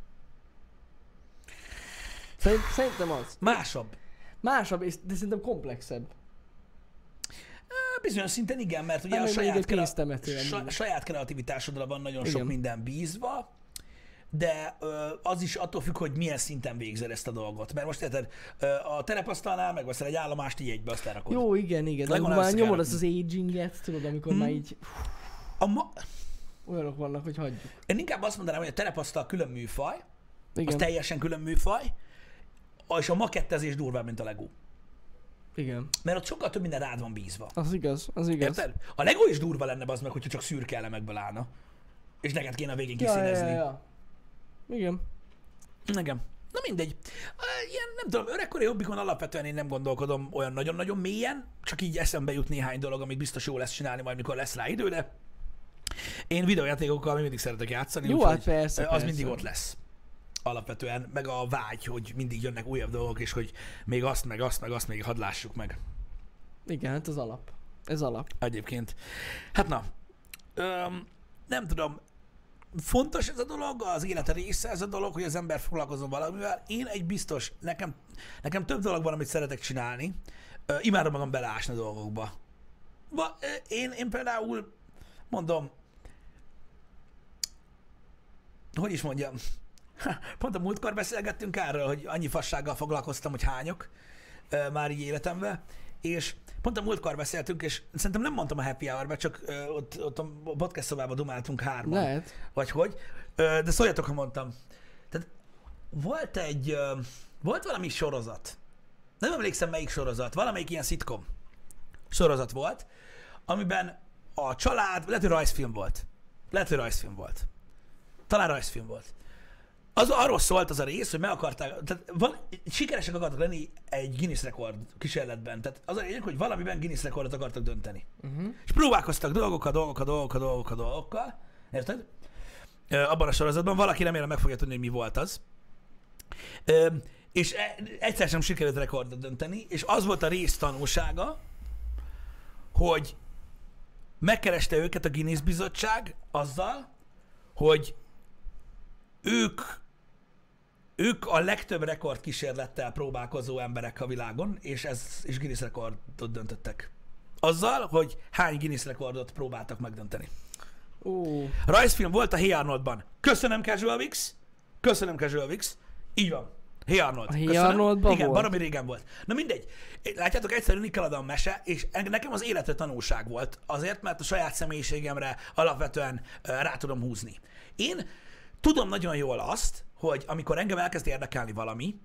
Speaker 2: Szerintem az.
Speaker 1: Másabb.
Speaker 2: De szerintem komplexebb.
Speaker 1: Bizonyos szinten igen, mert ugye
Speaker 2: Hát
Speaker 1: a
Speaker 2: meg még egy pénztemető, minden.
Speaker 1: saját kreativitásoddal van nagyon sok
Speaker 2: Igen.
Speaker 1: minden bízva, de az is attól függ, hogy milyen szinten végzel ezt a dolgot. Mert most érted, a terepasztalnál megveszel egy állomást, így egybe azt elrakod.
Speaker 2: Jó, igen. De
Speaker 1: Legalább
Speaker 2: már nyomod
Speaker 1: össze
Speaker 2: az aginget, tudod, amikor már így olyanok vannak, hogy hagyjuk.
Speaker 1: Én inkább azt mondanám, hogy a terepasztal külön műfaj,
Speaker 2: Igen.
Speaker 1: az teljesen külön műfaj, és a makettezés durvább, mint a Lego.
Speaker 2: Igen.
Speaker 1: Mert ott sokkal több minden rád van bízva.
Speaker 2: Az igaz.
Speaker 1: Érted? A Lego is durva lenne az meg, hogyha csak szürke elemekből állna. És neked kéne a végén kiszínezni.
Speaker 2: Ja. Igen.
Speaker 1: Igen. Na mindegy. Ilyen, nem tudom, öregkori jobbikon alapvetően én nem gondolkodom olyan nagyon-nagyon mélyen, csak így eszembe jut néhány dolog, amit biztos jó lesz csinálni majd, mikor lesz rá idő, de én videójátékokkal még mindig szeretek játszani,
Speaker 2: Jó,
Speaker 1: úgyhogy
Speaker 2: hát persze,
Speaker 1: az mindig ott lesz. Alapvetően, meg a vágy, hogy mindig jönnek újabb dolgok, és hogy még azt még hadd lássuk meg.
Speaker 2: Igen, hát az alap. Ez alap.
Speaker 1: Egyébként. Hát na, nem tudom, fontos ez a dolog, az élete része ez a dolog, hogy az ember foglalkozom valamivel. Én egy biztos, nekem több dolog van, amit szeretek csinálni. Imádom magam beleásni a dolgokba. Én például, mondom, hogy is mondjam, pont a múltkor beszélgettünk erről, hogy annyi fassággal foglalkoztam, hogy hányok már így életemben, és pont a múltkor beszéltünk, és szerintem nem mondtam a happy hour-be, csak ott a podcast szobában dumáltunk hárman.
Speaker 2: Lehet.
Speaker 1: Vagy hogy. De szóljatok, ha mondtam. Tehát volt valami sorozat. Nem emlékszem, melyik sorozat. Valamelyik ilyen sitcom sorozat volt, amiben a család, lehet, hogy rajzfilm volt. Talán rajzfilm volt. Az arról szólt az a rész, hogy meg akarták, tehát sikeresek akartak lenni egy Guinness rekord kísérletben. Tehát az a lényeg, hogy valamiben Guinness rekordot akartak dönteni. És próbálkoztak dolgokkal, érted? Abban a sorozatban valaki remélem meg fogja tudni, hogy mi volt az. És egyszer sem sikerült rekordot dönteni, és az volt a rész tanulsága, hogy megkereste őket a Guinness bizottság azzal, hogy ők a legtöbb rekordkísérlettel próbálkozó emberek a világon, és Guinness rekordot döntöttek. Azzal, hogy hány Guinness rekordot próbáltak megdönteni. Rajzfilm volt a Hey Arnoldban. Köszönöm, Casual Vix. Így van. Hey Arnold.
Speaker 2: A Hey Arnoldban
Speaker 1: igen,
Speaker 2: volt?
Speaker 1: baromi régen volt. Na mindegy. Látjátok, egyszerű Nickelodeon mese, és nekem az életre tanulság volt. Azért, mert a saját személyiségemre alapvetően rá tudom húzni. Én tudom nagyon jól azt, hogy amikor engem elkezd érdekelni valami,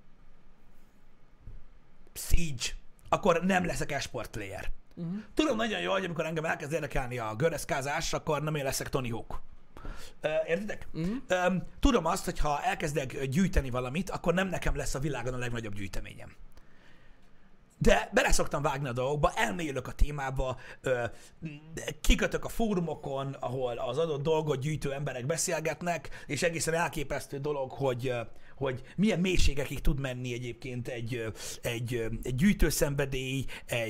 Speaker 1: Siege, akkor nem leszek e-sport player. Tudom nagyon jól, hogy amikor engem elkezd érdekelni a göreszkázás, akkor nem én leszek Tony Hawk. Értitek? Tudom azt, hogy ha elkezdek gyűjteni valamit, akkor nem nekem lesz a világon a legnagyobb gyűjteményem. De bele szoktam vágni a dolgokba, elmélyülök a témába, kikötök a fórumokon, ahol az adott dolgot gyűjtő emberek beszélgetnek, és egészen elképesztő dolog, hogy milyen mélységekig tud menni egyébként egy gyűjtőszenvedély,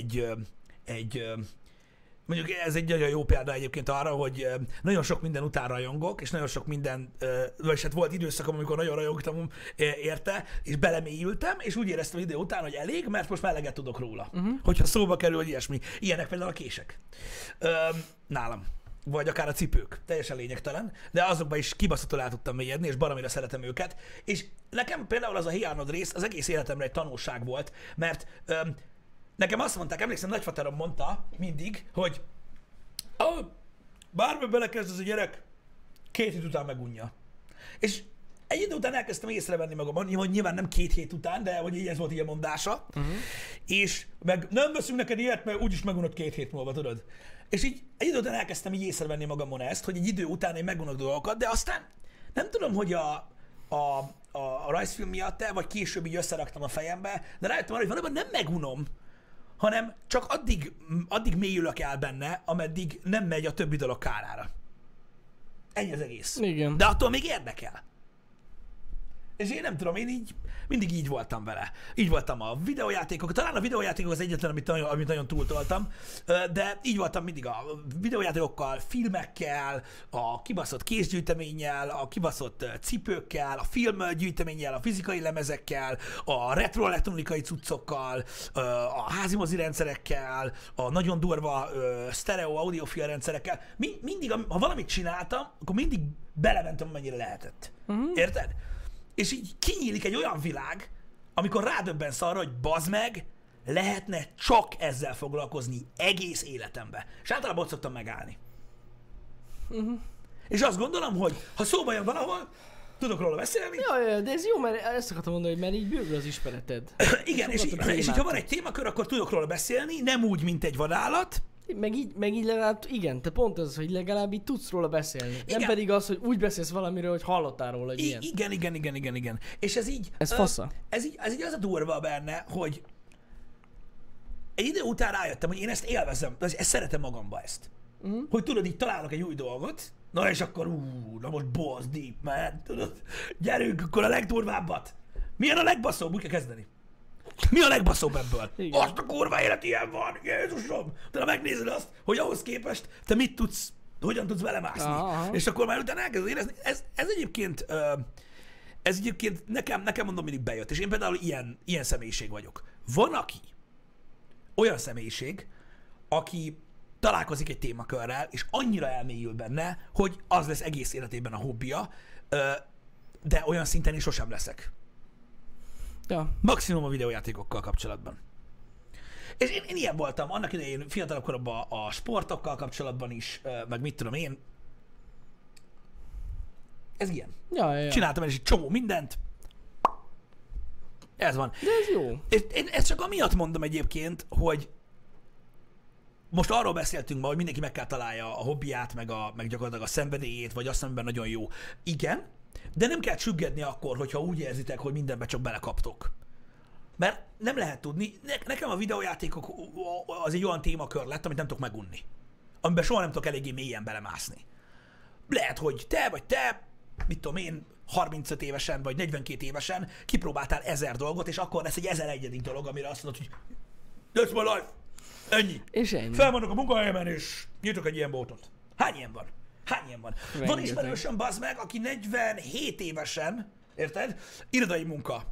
Speaker 1: mondjuk ez egy nagyon jó példa egyébként arra, hogy nagyon sok minden után rajongok, és nagyon sok minden, vagyis hát volt időszakom, amikor nagyon rajongtam érte, és belemélyültem, és úgy éreztem idő után, hogy elég, mert most már eleget tudok róla. Hogyha szóba kerül, hogy ilyesmi. Ilyenek például a kések. Nálam. Vagy akár a cipők. Teljesen lényegtelen. De azokban is kibaszottul el tudtam mélyedni, és baromira szeretem őket. És nekem például az a Hey Arnold rész az egész életemre egy tanulság volt, mert nekem azt mondták, emlékszem, nagyfaterom mondta mindig, hogy bármi belekezd az a gyerek, 2 hét után megunja. És egy idő után elkezdtem észrevenni magam, hogy nyilván nem 2 hét után, de hogy így ez volt így a mondása. És meg nem veszünk neked ilyet, mert úgyis megunod 2 hét múlva, tudod. És így egy idő után elkezdtem így észrevenni magamon ezt, hogy egy idő után én megunok dolgokat, de aztán nem tudom, hogy a rajzfilm miatt, vagy később így összeraktam a fejembe, de rájöttem arra, hogy valóban nem megunom, hanem csak addig mélyülök el benne, ameddig nem megy a többi dolog kárára. Ennyi az egész.
Speaker 2: Igen.
Speaker 1: De attól még érdekel. És én nem tudom, én így mindig így voltam vele. Így voltam a videójátékok. Talán a videójátékok az egyetlen, amit nagyon túltoltam, de így voltam mindig a videójátékokkal, filmekkel, a kibaszott kézgyűjteménnyel, a kibaszott cipőkkel, a filmgyűjteménnyel, a fizikai lemezekkel, a retro elektronikai cuccokkal, a házimozi rendszerekkel, a nagyon durva stereo audiofil rendszerekkel. Mindig, ha valamit csináltam, akkor mindig belementem, amennyire lehetett. Érted? És így kinyílik egy olyan világ, amikor rádöbbensz arra, hogy bazd meg, lehetne csak ezzel foglalkozni egész életembe. És általában ott szoktam megállni. És azt gondolom, hogy ha szóba jön valahol, tudok róla beszélni.
Speaker 2: Ja, de ez jó, mert ezt akartam mondani, hogy mert így bővül az ismereted.
Speaker 1: Igen, és így, ha van egy témakör, akkor tudok róla beszélni, nem úgy, mint egy vadállat.
Speaker 2: Meg így legalább, igen, te pont ez, hogy legalább így tudsz róla beszélni. Igen. Nem pedig az, hogy úgy beszélsz valamiről, hogy hallottál róla, hogy ilyen.
Speaker 1: Igen. És ez így...
Speaker 2: Ez fasza.
Speaker 1: Ez így az a durva benne, hogy egy idő után rájöttem, hogy én ezt élvezem, ezt szeretem magamba ezt. Hogy tudod, így találok egy új dolgot, na és akkor na most boss deep, man, tudod, gyerünk, akkor a legdurvábbat. Milyen a legbaszóbb? Úgy kell kezdeni. Mi a legbaszóbb ebből? Igen. Azt a kurva élet ilyen van, Jézusom! De megnézed azt, hogy ahhoz képest te mit tudsz, hogyan tudsz belemászni. Aha. És akkor már utána elkezded érezni. Ez egyébként nekem mondom mindig bejött. És én például ilyen személyiség vagyok. Van aki olyan személyiség, aki találkozik egy témakörrel, és annyira elmélyül benne, hogy az lesz egész életében a hobbija, de olyan szinten is sosem leszek.
Speaker 2: Ja.
Speaker 1: Maximum a videójátékokkal kapcsolatban. És én ilyen voltam, annak idején fiatalabb koromban a sportokkal kapcsolatban is, meg mit tudom én. Ez ilyen.
Speaker 2: Ja.
Speaker 1: Csináltam el is egy csomó mindent. Ez van.
Speaker 2: De ez jó.
Speaker 1: És én ezt csak amiatt mondom egyébként, hogy most arról beszéltünk ma, hogy mindenki meg kell találja a hobbiát, meg gyakorlatilag a szenvedélyét, vagy azt, amiben nagyon jó. Igen, de nem kell csüggedni akkor, hogyha úgy érzitek, hogy mindenbe csak belekaptok. Mert nem lehet tudni, nekem a videójátékok az egy olyan témakör lett, amit nem tudok megunni. Amiben soha nem tudok eléggé mélyen belemászni. Lehet, hogy te, mit tudom én, 35 évesen, vagy 42 évesen kipróbáltál 1000 dolgot, és akkor lesz egy 1001. dolog, amire azt mondod, hogy that's my life. Ennyi.
Speaker 2: És ennyi.
Speaker 1: Felmondok a munkahelyemen, és nyitok egy ilyen boltot. Hány ilyen van?
Speaker 2: Rengeteg.
Speaker 1: Van ismerősöm, bazd meg, aki 47 évesen, érted? Irodai munka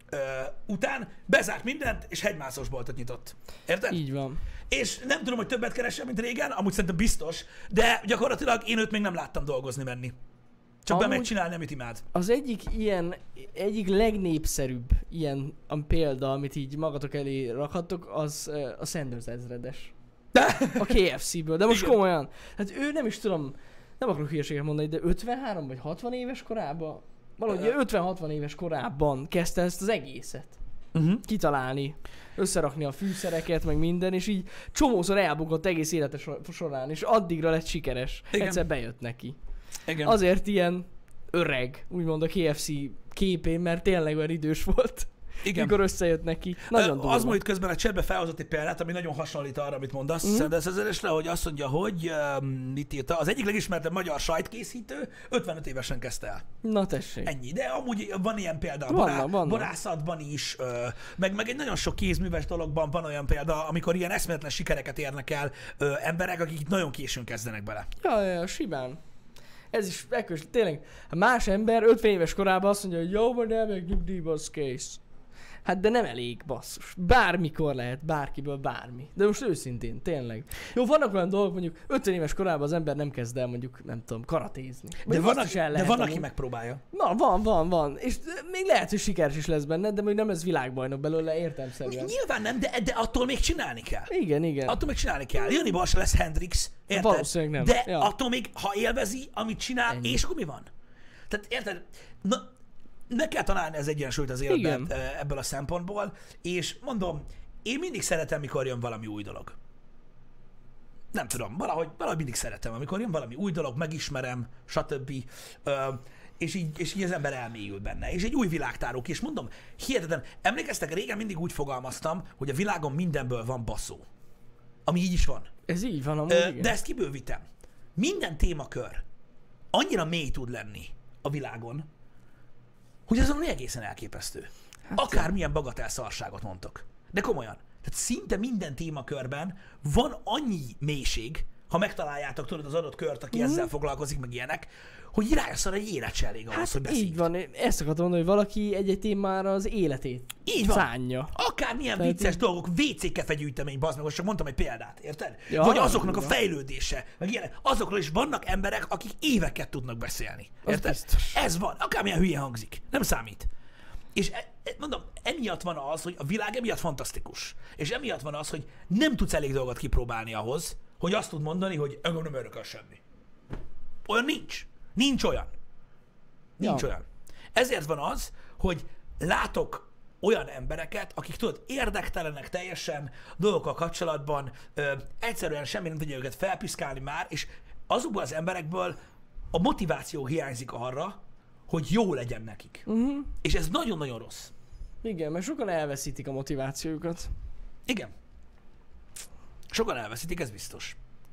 Speaker 1: után bezárt mindent, és hegymászós boltot nyitott. Érted?
Speaker 2: Így van.
Speaker 1: És nem tudom, hogy többet keresem, mint régen, amúgy szerintem biztos, de gyakorlatilag én őt még nem láttam dolgozni menni. Csak bemegy csinálni, amit imád.
Speaker 2: Az egyik legnépszerűbb ilyen példa, amit így magatok elé rakhattok, az a Sanders ezredes. A KFC-ből, de most komolyan. Hát ő nem is tudom, nem akarok hülyeséget mondani, de 53 vagy 60 éves korában, valahogy 50-60 éves korában kezdte ezt az egészet. Kitalálni, összerakni a fűszereket, meg minden, és így csomószor elbukott egész élete során, és addigra lett sikeres. Igen. Egyszer bejött neki. Igen. Azért ilyen öreg, úgymond a KFC képén, mert tényleg olyan idős volt. Igen. Mikor összejött neki. Nagyon durva.
Speaker 1: Az mondjuk közben a chatbe felhozott egy példát, ami nagyon hasonlít arra, amit mondasz, Sanders ezredesre, hogy azt mondja, hogy mit írta, az egyik legismertebb magyar sajtkészítő 55 évesen kezdte el.
Speaker 2: Na tessék.
Speaker 1: Ennyi, de amúgy van ilyen példa a borászatban is, meg egy nagyon sok kézműves dologban van olyan példa, amikor ilyen eszméletlen sikereket érnek el emberek, akik nagyon későn kezdenek bele.
Speaker 2: Ja, simán. Ez is ekkor, tényleg, más ember 50 éves korában azt mondja, hogy jó, majd elmegyek nyugdíjba, az kész. Hát de nem elég, basszus. Bármikor lehet, bárkiből bármi. De most őszintén, tényleg. Jó, vannak olyan dolgok, mondjuk 50 éves korában az ember nem kezd el mondjuk, nem tudom, karatézni.
Speaker 1: De van, aki megpróbálja.
Speaker 2: Van. És még lehet, hogy sikeres is lesz benne, de még nem lesz világbajnok belőle, értelemszerűen.
Speaker 1: Nyilván nem, de attól még csinálni kell.
Speaker 2: Igen.
Speaker 1: Attól még csinálni kell. Janiból se lesz Hendrix, érted?
Speaker 2: Valószínűleg nem.
Speaker 1: De attól még, ha élvezi, amit csinál, ennyi. És akkor mi van? Tehát érted? Meg kell találni az egyensúlyt az életben ebből a szempontból, és mondom, én mindig szeretem, mikor jön valami új dolog. Nem tudom, valahogy mindig szeretem, amikor jön valami új dolog, megismerem, stb. És így az ember elmélyül benne. És egy új világ tárul ki, és mondom, hihetetlen, emlékeztek, régen mindig úgy fogalmaztam, hogy a világon mindenből van baszó. Ami így is van.
Speaker 2: Ez így van, amúgy igen.
Speaker 1: De ezt kibővítem. Minden témakör annyira mély tud lenni a világon, hogy az valami egészen elképesztő.
Speaker 2: Hát
Speaker 1: Akármilyen bagatell szarságot mondtok. De komolyan. Tehát szinte minden témakörben van annyi mélység, ha megtaláljátok, tudod, az adott kört, aki ezzel foglalkozik, meg ilyenek, hogy rájössz arra, egy élet se elég ahhoz, hogy
Speaker 2: Hát
Speaker 1: beszélj.
Speaker 2: így van, ezt akartam mondani, hogy valaki egy-egy témára az életét
Speaker 1: Így van.
Speaker 2: szánja.
Speaker 1: Akármilyen
Speaker 2: Tehát
Speaker 1: vicces
Speaker 2: így-
Speaker 1: dolgok, WC kefegyűjtemény, bazd meg, most csak mondtam egy példát, érted?
Speaker 2: Ja,
Speaker 1: Vagy azoknak a
Speaker 2: durva.
Speaker 1: fejlődése, meg ilyenek. Azokról is vannak emberek, akik éveket tudnak beszélni.
Speaker 2: Az
Speaker 1: Érted?
Speaker 2: biztos.
Speaker 1: Ez van. Akármilyen hülye hangzik. Nem számít. És mondom, emiatt van az, hogy a világ emiatt fantasztikus. És emiatt van az, hogy nem tudsz elég dolgot kipróbálni ahhoz, hogy azt tud mondani, hogy engem nem örököl semmi. Olyan nincs. Nincs olyan. Nincs
Speaker 2: Ja.
Speaker 1: olyan. Ezért van az, hogy látok olyan embereket, akik tudod, érdektelenek teljesen dolgokkal kapcsolatban, egyszerűen semmi nem tudja őket felpiszkálni már, és azokból az emberekből a motiváció hiányzik arra, hogy jó legyen nekik. És ez nagyon-nagyon rossz.
Speaker 2: Igen, mert sokan elveszítik a motivációjukat.
Speaker 1: Igen. Sokan elveszítik, ez biztos.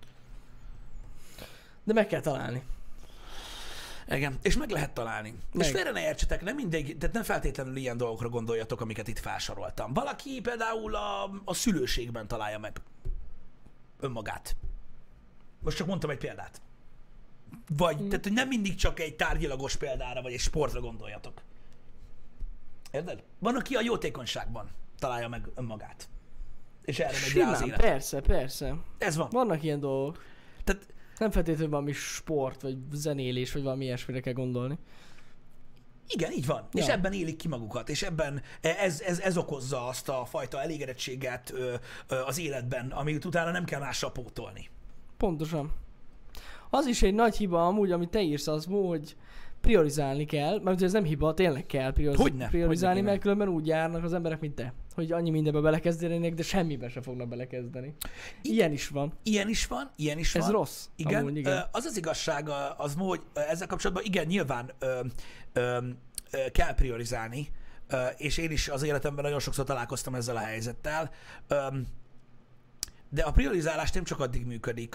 Speaker 2: De meg kell találni.
Speaker 1: Igen, és meg lehet találni.
Speaker 2: Meg.
Speaker 1: És félre ne értsetek, nem mindegy, tehát nem feltétlenül ilyen dolgokra gondoljatok, amiket itt felsoroltam. Valaki például a szülőségben találja meg önmagát. Most csak mondtam egy példát. Vagy, tehát hogy nem mindig csak egy tárgyilagos példára, vagy egy sportra gondoljatok. Érted? Van, aki a jótékonyságban találja meg önmagát. És erre megy rá az
Speaker 2: Simán,
Speaker 1: élet.
Speaker 2: persze, persze.
Speaker 1: Ez van.
Speaker 2: Vannak ilyen dolgok.
Speaker 1: Tehát
Speaker 2: Nem feltétlenül valami sport, vagy zenélés, vagy valami ilyesmire kell gondolni.
Speaker 1: igen, így van.
Speaker 2: Ja.
Speaker 1: És ebben élik ki magukat, és ebben ez okozza azt a fajta elégedettséget az életben, amit utána nem kell mással pótolni.
Speaker 2: Pontosan. Az is egy nagy hiba amúgy, amit te írsz, az, hogy priorizálni kell, mert ez nem hiba, tényleg kell
Speaker 1: Hogyne,
Speaker 2: priorizálni,
Speaker 1: hogyne
Speaker 2: mert különben úgy járnak az emberek, mint te. Hogy annyi mindenbe belekezdenének, de semmibe se fognak belekezdeni. Ilyen is van.
Speaker 1: Ilyen is van, ilyen is
Speaker 2: Ez
Speaker 1: van.
Speaker 2: rossz.
Speaker 1: Igen,
Speaker 2: Amúgy, igen.
Speaker 1: Az az igazság, az hogy ezzel kapcsolatban igen, nyilván kell priorizálni, és én is az életemben nagyon sokszor találkoztam ezzel a helyzettel, de a priorizálás nem csak addig működik,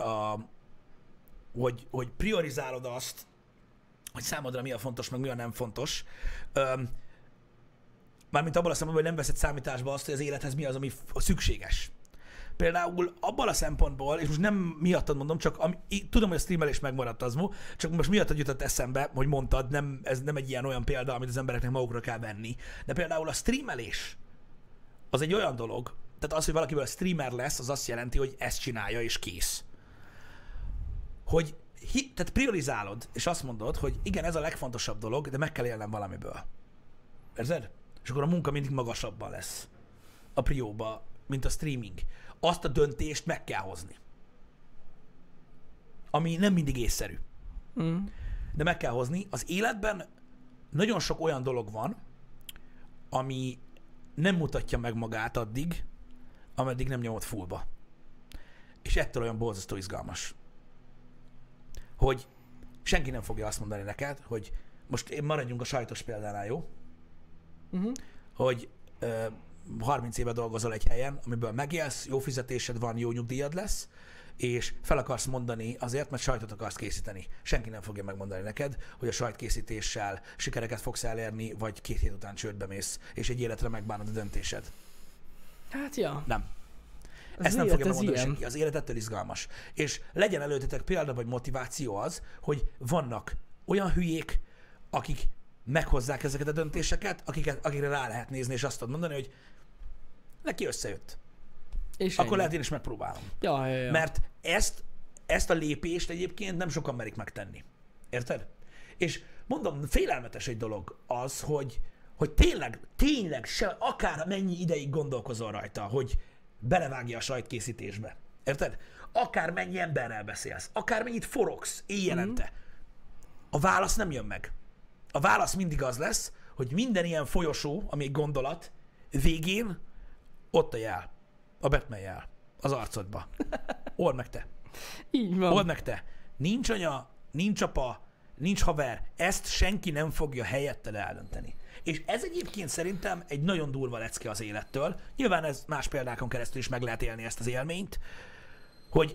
Speaker 1: hogy priorizálod azt, hogy számodra mi a fontos, meg mi a nem fontos. Mármint abban a szempontból, hogy nem veszed számításba azt, hogy az élethez mi az, ami szükséges. Például abban a szempontból, és most nem miattad mondom, csak tudom, hogy a streamelés megmaradt az, csak most miattad jutott eszembe, hogy mondtad, ez nem egy ilyen olyan példa, amit az embereknek magukra kell venni. De például a streamelés az egy olyan dolog, tehát az, hogy valakiből streamer lesz, az azt jelenti, hogy ezt csinálja és kész. Hogy tehát priorizálod, és azt mondod, hogy igen, ez a legfontosabb dolog, de meg kell élnem valamiből. Érzed? És akkor a munka mindig magasabban lesz a prióba, mint a streaming. Azt a döntést meg kell hozni. Ami nem mindig észszerű. De meg kell hozni. Az életben nagyon sok olyan dolog van, ami nem mutatja meg magát addig, ameddig nem nyomod fullba. És ettől olyan borzasztó izgalmas. Hogy senki nem fogja azt mondani neked, hogy most maradjunk a sajtos példánál, jó? Hogy 30 éve dolgozol egy helyen, amiből megélsz, jó fizetésed van, jó nyugdíjad lesz, és fel akarsz mondani azért, mert sajtot akarsz készíteni. Senki nem fogja megmondani neked, hogy a sajtkészítéssel sikereket fogsz elérni, vagy 2 hét után csődbe mész, és egy életre megbánod a döntésed.
Speaker 2: Hát ja.
Speaker 1: Nem.
Speaker 2: Az
Speaker 1: Ezt nem
Speaker 2: élet,
Speaker 1: fogja
Speaker 2: ez
Speaker 1: megmondani
Speaker 2: ilyen.
Speaker 1: senki. Az élet ettől izgalmas. És legyen előttetek példa vagy motiváció az, hogy vannak olyan hülyék, akik meghozzák ezeket a döntéseket, akikre rá lehet nézni, és azt tudod mondani, hogy neki összejött.
Speaker 2: És
Speaker 1: Akkor
Speaker 2: ennyi.
Speaker 1: lehet én is megpróbálom.
Speaker 2: Ja.
Speaker 1: Mert ezt a lépést egyébként nem sokan merik megtenni. Érted? És mondom, félelmetes egy dolog az, hogy tényleg se, akár mennyi ideig gondolkozol rajta, hogy belevágja a sajtkészítésbe. Érted? Akár mennyi emberrel beszélsz, akár mennyit forogsz éjjelente. A válasz nem jön meg. A válasz mindig az lesz, hogy minden ilyen folyosó, ami egy gondolat, végén ott a jel. A Batman jel. Az arcodba. Old meg te.
Speaker 2: Így van.
Speaker 1: Old meg te. Nincs anya, nincs apa, nincs haver. Ezt senki nem fogja helyetted eldönteni. És ez egyébként szerintem egy nagyon durva lecke az élettől. Nyilván ez más példákon keresztül is meg lehet élni ezt az élményt, hogy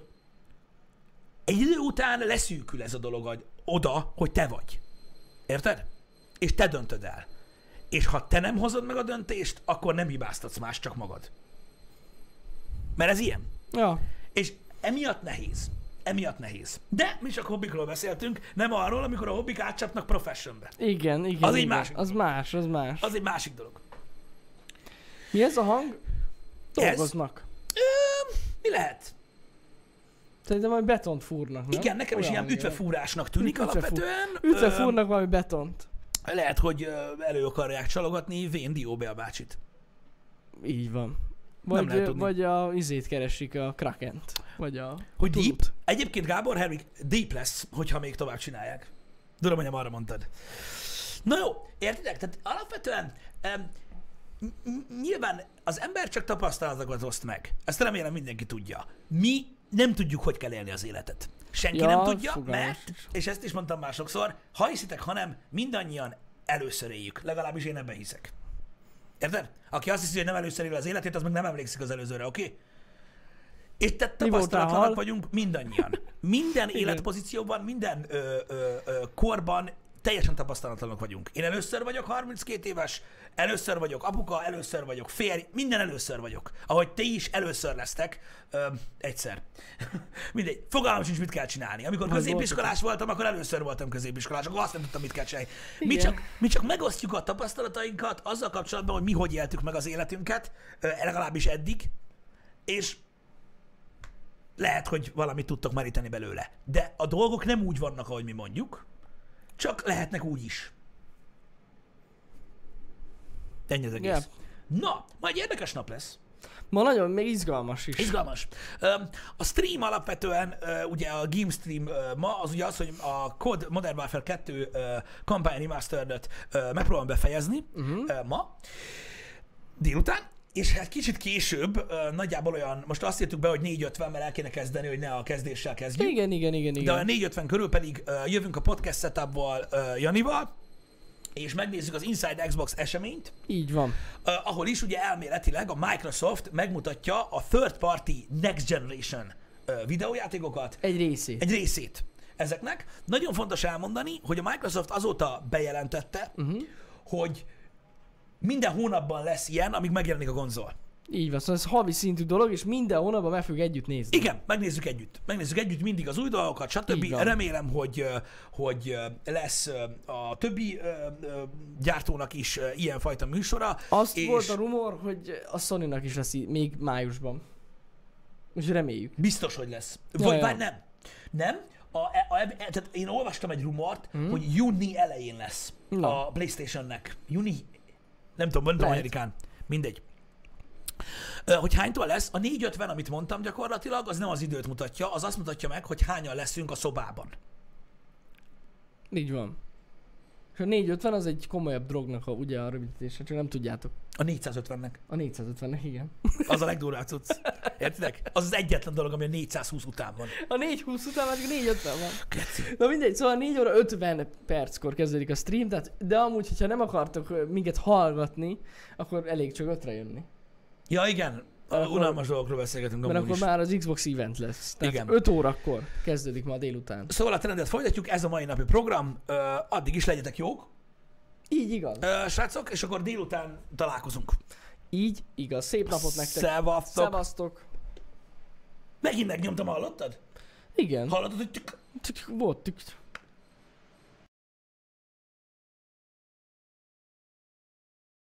Speaker 1: egy idő után leszűkül ez a dolog oda, hogy te vagy. Érted? és te döntöd el. És ha te nem hozod meg a döntést, akkor nem hibáztatsz más, csak magad. Mert ez ilyen.
Speaker 2: Ja.
Speaker 1: És emiatt nehéz. Emiatt nehéz. De mi csak hobbikról beszéltünk, nem arról, amikor a hobbik átcsapnak professionbe.
Speaker 2: Igen.
Speaker 1: Az egy
Speaker 2: igen.
Speaker 1: másik
Speaker 2: Az más.
Speaker 1: Az egy másik dolog.
Speaker 2: Mi ez a hang? Dolgoznak.
Speaker 1: Mi lehet?
Speaker 2: Szerintem valami betont fúrnak, nem?
Speaker 1: Igen, nekem is
Speaker 2: Olyan
Speaker 1: ilyen ütvefúrásnak tűnik alapvetően.
Speaker 2: Ütvefúrnak valami betont.
Speaker 1: Lehet, hogy elő akarják csalogatni Vén Dióbél bácsit.
Speaker 2: Így van.
Speaker 1: Nem lehet tudni.
Speaker 2: Vagy a izét keresik, a Krakent. Vagy a...
Speaker 1: Hogy
Speaker 2: Tulut.
Speaker 1: deep? Egyébként Gábor, Henrik, deep lesz, hogyha még tovább csinálják. Tudom, hogy nem arra mondtad. Na jó, értitek? Tehát alapvetően nyilván az ember csak tapasztalatokat oszt meg. Ezt remélem mindenki tudja. Mi nem tudjuk, hogy kell élni az életet. Senki nem tudja, mert, és ezt is mondtam már sokszor, ha hiszitek, hanem mindannyian először éljük. Legalábbis én ebben hiszek. Érted? Aki azt hiszi, hogy nem először él az életét, az meg nem emlékszik az előzőre, oké? Okay? És te tapasztalatlanak vagyunk mindannyian. Minden életpozícióban, minden korban teljesen tapasztalatlanok vagyunk. Én először vagyok 32 éves, először vagyok apuka, először vagyok férj, minden először vagyok. Ahogy te is először lesztek, egyszer. Mindegy, fogalmam sincs, mit kell csinálni. Amikor középiskolás voltam, akkor először voltam középiskolás, akkor azt nem tudtam, mit kell csinálni. Mi csak megosztjuk a tapasztalatainkat azzal kapcsolatban, hogy mi hogy éltük meg az életünket, legalábbis eddig, és lehet, hogy valamit tudtok meríteni belőle. De a dolgok nem úgy vannak, ahogy mi mondjuk, csak lehetnek úgy is. Ennyi az egész. Yeah. Na, majd érdekes nap lesz.
Speaker 2: Ma nagyon még izgalmas is.
Speaker 1: Izgalmas. A stream alapvetően, ugye a Game Stream ma, az ugye az, hogy a COD Modern Warfare 2 Campaign Remastered-et megpróbálom befejezni ma, délután, és hát kicsit később, nagyjából olyan, most azt írtuk be, hogy 4:50, mert el kéne kezdeni, hogy ne a kezdéssel kezdjük.
Speaker 2: Igen.
Speaker 1: De a 4:50 körül pedig jövünk a podcast setupval Janival, és megnézzük az Inside Xbox eseményt.
Speaker 2: Így van.
Speaker 1: Ahol is ugye elméletileg a Microsoft megmutatja a third party Next Generation videójátékokat.
Speaker 2: Egy részét
Speaker 1: ezeknek. Nagyon fontos elmondani, hogy a Microsoft azóta bejelentette, hogy minden hónapban lesz ilyen, amíg megjelenik a konzol.
Speaker 2: Így van, szóval ez havi szintű dolog, és minden hónapban meg fogjuk együtt nézni.
Speaker 1: Igen, megnézzük együtt. Megnézzük együtt mindig az új dolgokat, stb. Remélem, hogy lesz a többi gyártónak is ilyenfajta műsora.
Speaker 2: Azt volt a rumor, hogy a Sony-nak is lesz még májusban. És reméljük.
Speaker 1: Biztos, hogy lesz. Vagy nem. Nem. Tehát én olvastam egy rumort, hogy júni elején lesz a PlayStation-nek. Nem tudom Amerikán. Mindegy. Hogy hánytól lesz, a 4:50, amit mondtam gyakorlatilag, az nem az időt mutatja, az azt mutatja meg, hogy hányan leszünk a szobában.
Speaker 2: Így van. És a 4:50 az egy komolyabb drognak ugye a rövidítése, csak nem tudjátok.
Speaker 1: A 450-nek.
Speaker 2: A 450-nek, igen.
Speaker 1: Az a legdurvább cucc. Értitek? Az az egyetlen dolog, ami a 420 után van.
Speaker 2: A 420 után már csak 450 van.
Speaker 1: Keci.
Speaker 2: Na mindegy, szóval 4 óra 50 perckor kezdődik a stream, tehát, de amúgy, hogyha nem akartok minket hallgatni, akkor elég csak 5-re jönni.
Speaker 1: Ja igen, unalmas dolgokról beszélgetünk amúgy
Speaker 2: mert
Speaker 1: is.
Speaker 2: akkor már az Xbox event lesz. Tehát
Speaker 1: igen.
Speaker 2: 5 órakor kezdődik ma délután.
Speaker 1: Szóval a trendet folytatjuk, ez a mai napi program, addig is legyetek jók.
Speaker 2: Így igaz.
Speaker 1: Srácok, és akkor délután találkozunk.
Speaker 2: Így igaz. Szép napot nektek.
Speaker 1: Szevasztok.
Speaker 2: Szevasztok.
Speaker 1: Megint megnyomtam, hallottad?
Speaker 2: Igen.
Speaker 1: Hallottad, hogy
Speaker 2: Volt tük.